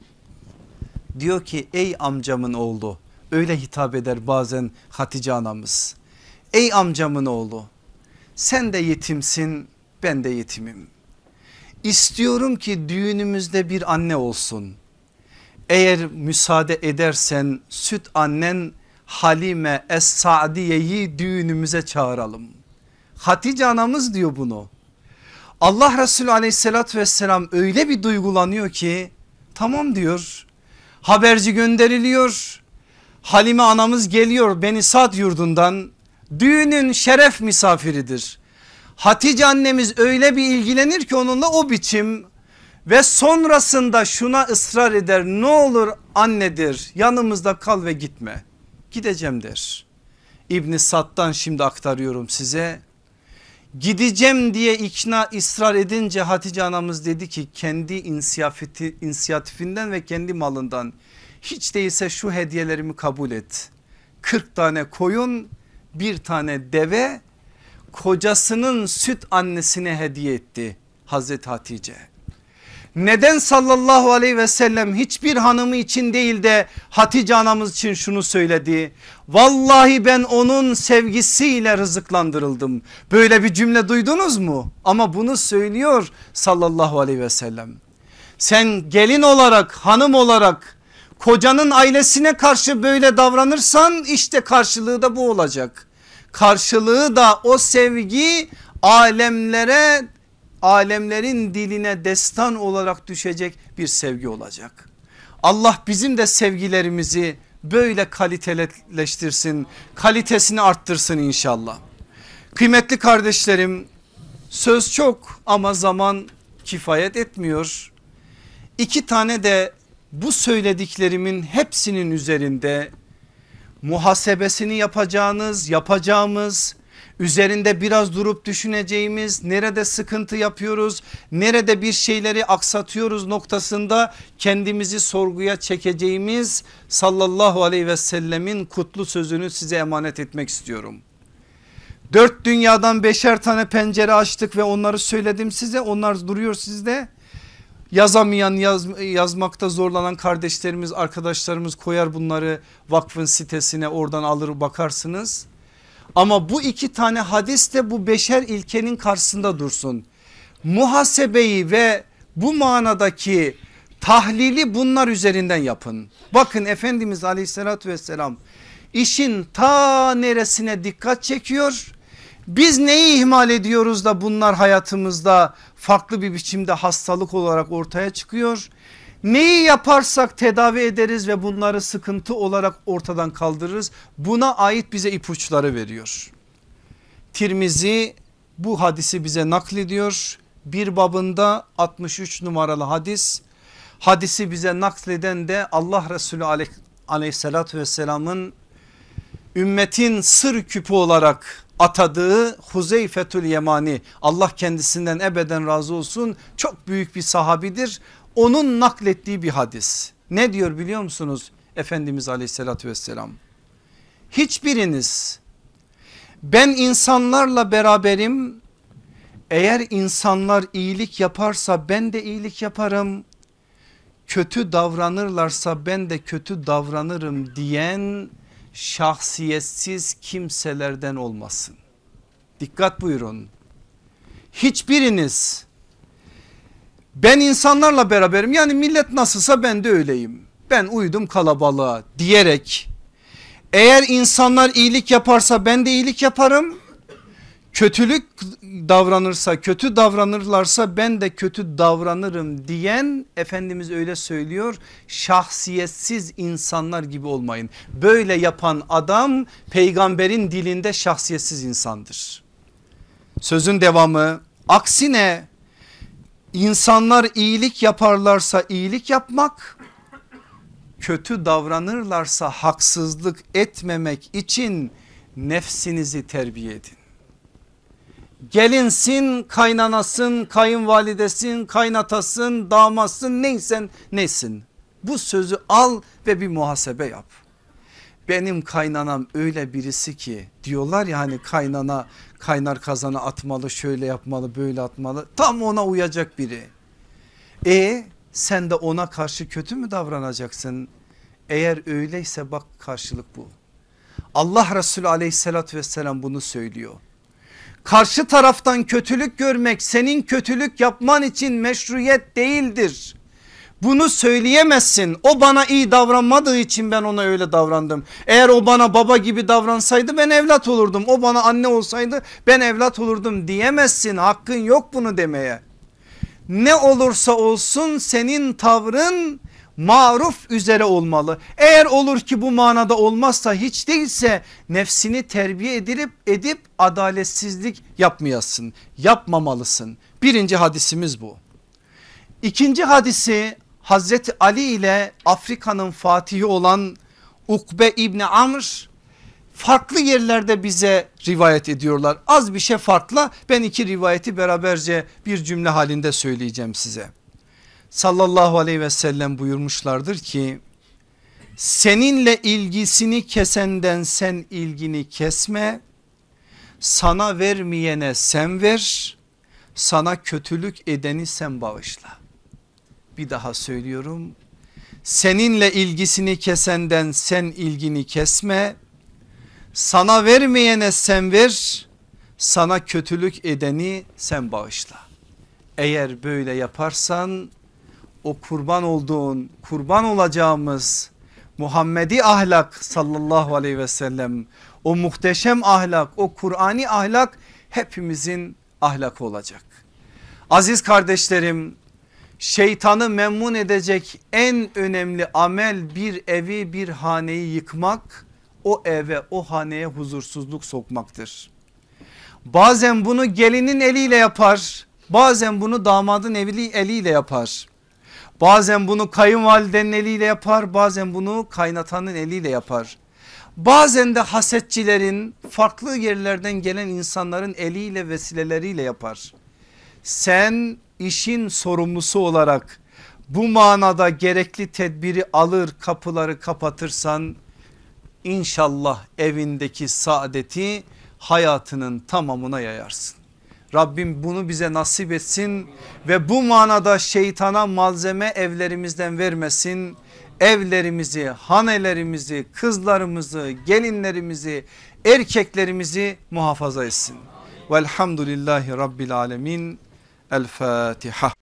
Diyor ki ey amcamın oğlu, öyle hitap eder bazen Hatice anamız. Ey amcamın oğlu, sen de yetimsin, ben de yetimim. İstiyorum ki düğünümüzde bir anne olsun. Eğer müsaade edersen süt annen Halime Es-Sa'diye'yi düğünümüze çağıralım. Hatice anamız diyor bunu. Allah Resulü aleyhissalatü vesselam öyle bir duygulanıyor ki tamam diyor. Haberci gönderiliyor. Halime anamız geliyor Beni Sad yurdundan. Düğünün şeref misafiridir. Hatice annemiz öyle bir ilgilenir ki onunla o biçim ve sonrasında şuna ısrar eder, ne olur annedir yanımızda kal ve gitme. Gideceğim der. İbn Sad'dan şimdi aktarıyorum size. Gideceğim diye ikna ısrar edince Hatice anamız dedi ki kendi inisiyatifi, inisiyatifinden ve kendi malından hiç değilse şu hediyelerimi kabul et. kırk tane koyun, bir tane deve, kocasının süt annesine hediye etti Hazreti Hatice. Neden sallallahu aleyhi ve sellem hiçbir hanımı için değil de Hatice anamız için şunu söyledi? Vallahi ben onun sevgisiyle rızıklandırıldım. Böyle bir cümle duydunuz mu? Ama bunu söylüyor sallallahu aleyhi ve sellem. Sen gelin olarak, hanım olarak kocanın ailesine karşı böyle davranırsan işte karşılığı da bu olacak. Karşılığı da o sevgi alemlere, alemlerin diline destan olarak düşecek bir sevgi olacak. Allah bizim de sevgilerimizi böyle kaliteleştirsin, kalitesini arttırsın inşallah. Kıymetli kardeşlerim, söz çok ama zaman kifayet etmiyor. İki tane de bu söylediklerimin hepsinin üzerinde muhasebesini yapacağınız, yapacağımız, üzerinde biraz durup düşüneceğimiz, nerede sıkıntı yapıyoruz, nerede bir şeyleri aksatıyoruz noktasında kendimizi sorguya çekeceğimiz sallallahu aleyhi ve sellemin kutlu sözünü size emanet etmek istiyorum. Dört dünyadan beşer tane pencere açtık ve onları söyledim size, onlar duruyor sizde. Yazamayan, yaz, yazmakta zorlanan kardeşlerimiz, arkadaşlarımız koyar bunları vakfın sitesine, oradan alır bakarsınız. Ama bu iki tane hadis de bu beşer ilkenin karşısında dursun. Muhasebeyi ve bu manadaki tahlili bunlar üzerinden yapın. Bakın Efendimiz aleyhissalatü vesselam işin ta neresine dikkat çekiyor. Biz neyi ihmal ediyoruz da bunlar hayatımızda farklı bir biçimde hastalık olarak ortaya çıkıyor. Neyi yaparsak tedavi ederiz ve bunları sıkıntı olarak ortadan kaldırırız. Buna ait bize ipuçları veriyor. Tirmizi bu hadisi bize naklediyor. Bir babında altmış üç numaralı hadis. Hadisi bize nakleden de Allah Resulü aleyh, aleyhissalatü vesselamın ümmetin sır küpü olarak atadığı Huzeyfetül Yemani, Allah kendisinden ebeden razı olsun, çok büyük bir sahabidir. Onun naklettiği bir hadis. Ne diyor biliyor musunuz Efendimiz aleyhissalatü vesselam? Hiçbiriniz ben insanlarla beraberim, eğer insanlar iyilik yaparsa ben de iyilik yaparım, kötü davranırlarsa ben de kötü davranırım diyen şahsiyetsiz kimselerden olmasın. Dikkat buyurun. Hiçbiriniz ben insanlarla beraberim, yani millet nasılsa ben de öyleyim, ben uydum kalabalığa diyerek, eğer insanlar iyilik yaparsa ben de iyilik yaparım, kötülük davranırsa, kötü davranırlarsa ben de kötü davranırım diyen, Efendimiz öyle söylüyor, şahsiyetsiz insanlar gibi olmayın. Böyle yapan adam peygamberin dilinde şahsiyetsiz insandır. Sözün devamı, aksine insanlar iyilik yaparlarsa iyilik yapmak, kötü davranırlarsa haksızlık etmemek için nefsinizi terbiye edin. Gelinsin, kaynanasın, kayınvalidesin, kaynatasın, damatsın, neysen neysin. Bu sözü al ve bir muhasebe yap. Benim kaynanam öyle birisi ki, diyorlar ya hani kaynana kaynar kazana atmalı, şöyle yapmalı, böyle atmalı, tam ona uyacak biri. E sen de ona karşı kötü mü davranacaksın? Eğer öyleyse bak karşılık bu. Allah Resulü aleyhissalatü vesselam bunu söylüyor. Karşı taraftan kötülük görmek senin kötülük yapman için meşruiyet değildir. Bunu söyleyemezsin. O bana iyi davranmadığı için ben ona öyle davrandım. Eğer o bana baba gibi davransaydı ben evlat olurdum. O bana anne olsaydı ben evlat olurdum diyemezsin. Hakkın yok bunu demeye. Ne olursa olsun senin tavrın maruf üzere olmalı. Eğer olur ki bu manada olmazsa hiç değilse nefsini terbiye edip edip adaletsizlik yapmayasın, yapmamalısın. Birinci hadisimiz bu. İkinci hadisi Hazreti Ali ile Afrika'nın fatihi olan Ukbe İbni Amr farklı yerlerde bize rivayet ediyorlar. Az bir şey farklı, ben iki rivayeti beraberce bir cümle halinde söyleyeceğim size. Sallallahu aleyhi ve sellem buyurmuşlardır ki seninle ilgisini kesenden sen ilgini kesme, sana vermeyene sen ver, sana kötülük edeni sen bağışla. Bir daha söylüyorum, seninle ilgisini kesenden sen ilgini kesme, sana vermeyene sen ver, sana kötülük edeni sen bağışla. Eğer böyle yaparsan o kurban olduğun, kurban olacağımız Muhammedi ahlak sallallahu aleyhi ve sellem, o muhteşem ahlak, o Kur'ani ahlak hepimizin ahlakı olacak. Aziz kardeşlerim, şeytanı memnun edecek en önemli amel bir evi, bir haneyi yıkmak, o eve, o haneye huzursuzluk sokmaktır. Bazen bunu gelinin eliyle yapar, bazen bunu damadın eli, eliyle yapar. Bazen bunu kayınvalidenin eliyle yapar, bazen bunu kaynatanın eliyle yapar. Bazen de hasetçilerin, farklı yerlerden gelen insanların eliyle, vesileleriyle yapar. Sen işin sorumlusu olarak bu manada gerekli tedbiri alır, kapıları kapatırsan İnşallah evindeki saadeti hayatının tamamına yayarsın. Rabbim bunu bize nasip etsin ve bu manada şeytana malzeme evlerimizden vermesin. Evlerimizi, hanelerimizi, kızlarımızı, gelinlerimizi, erkeklerimizi muhafaza etsin. Velhamdülillahi Rabbil alemin. El Fatiha.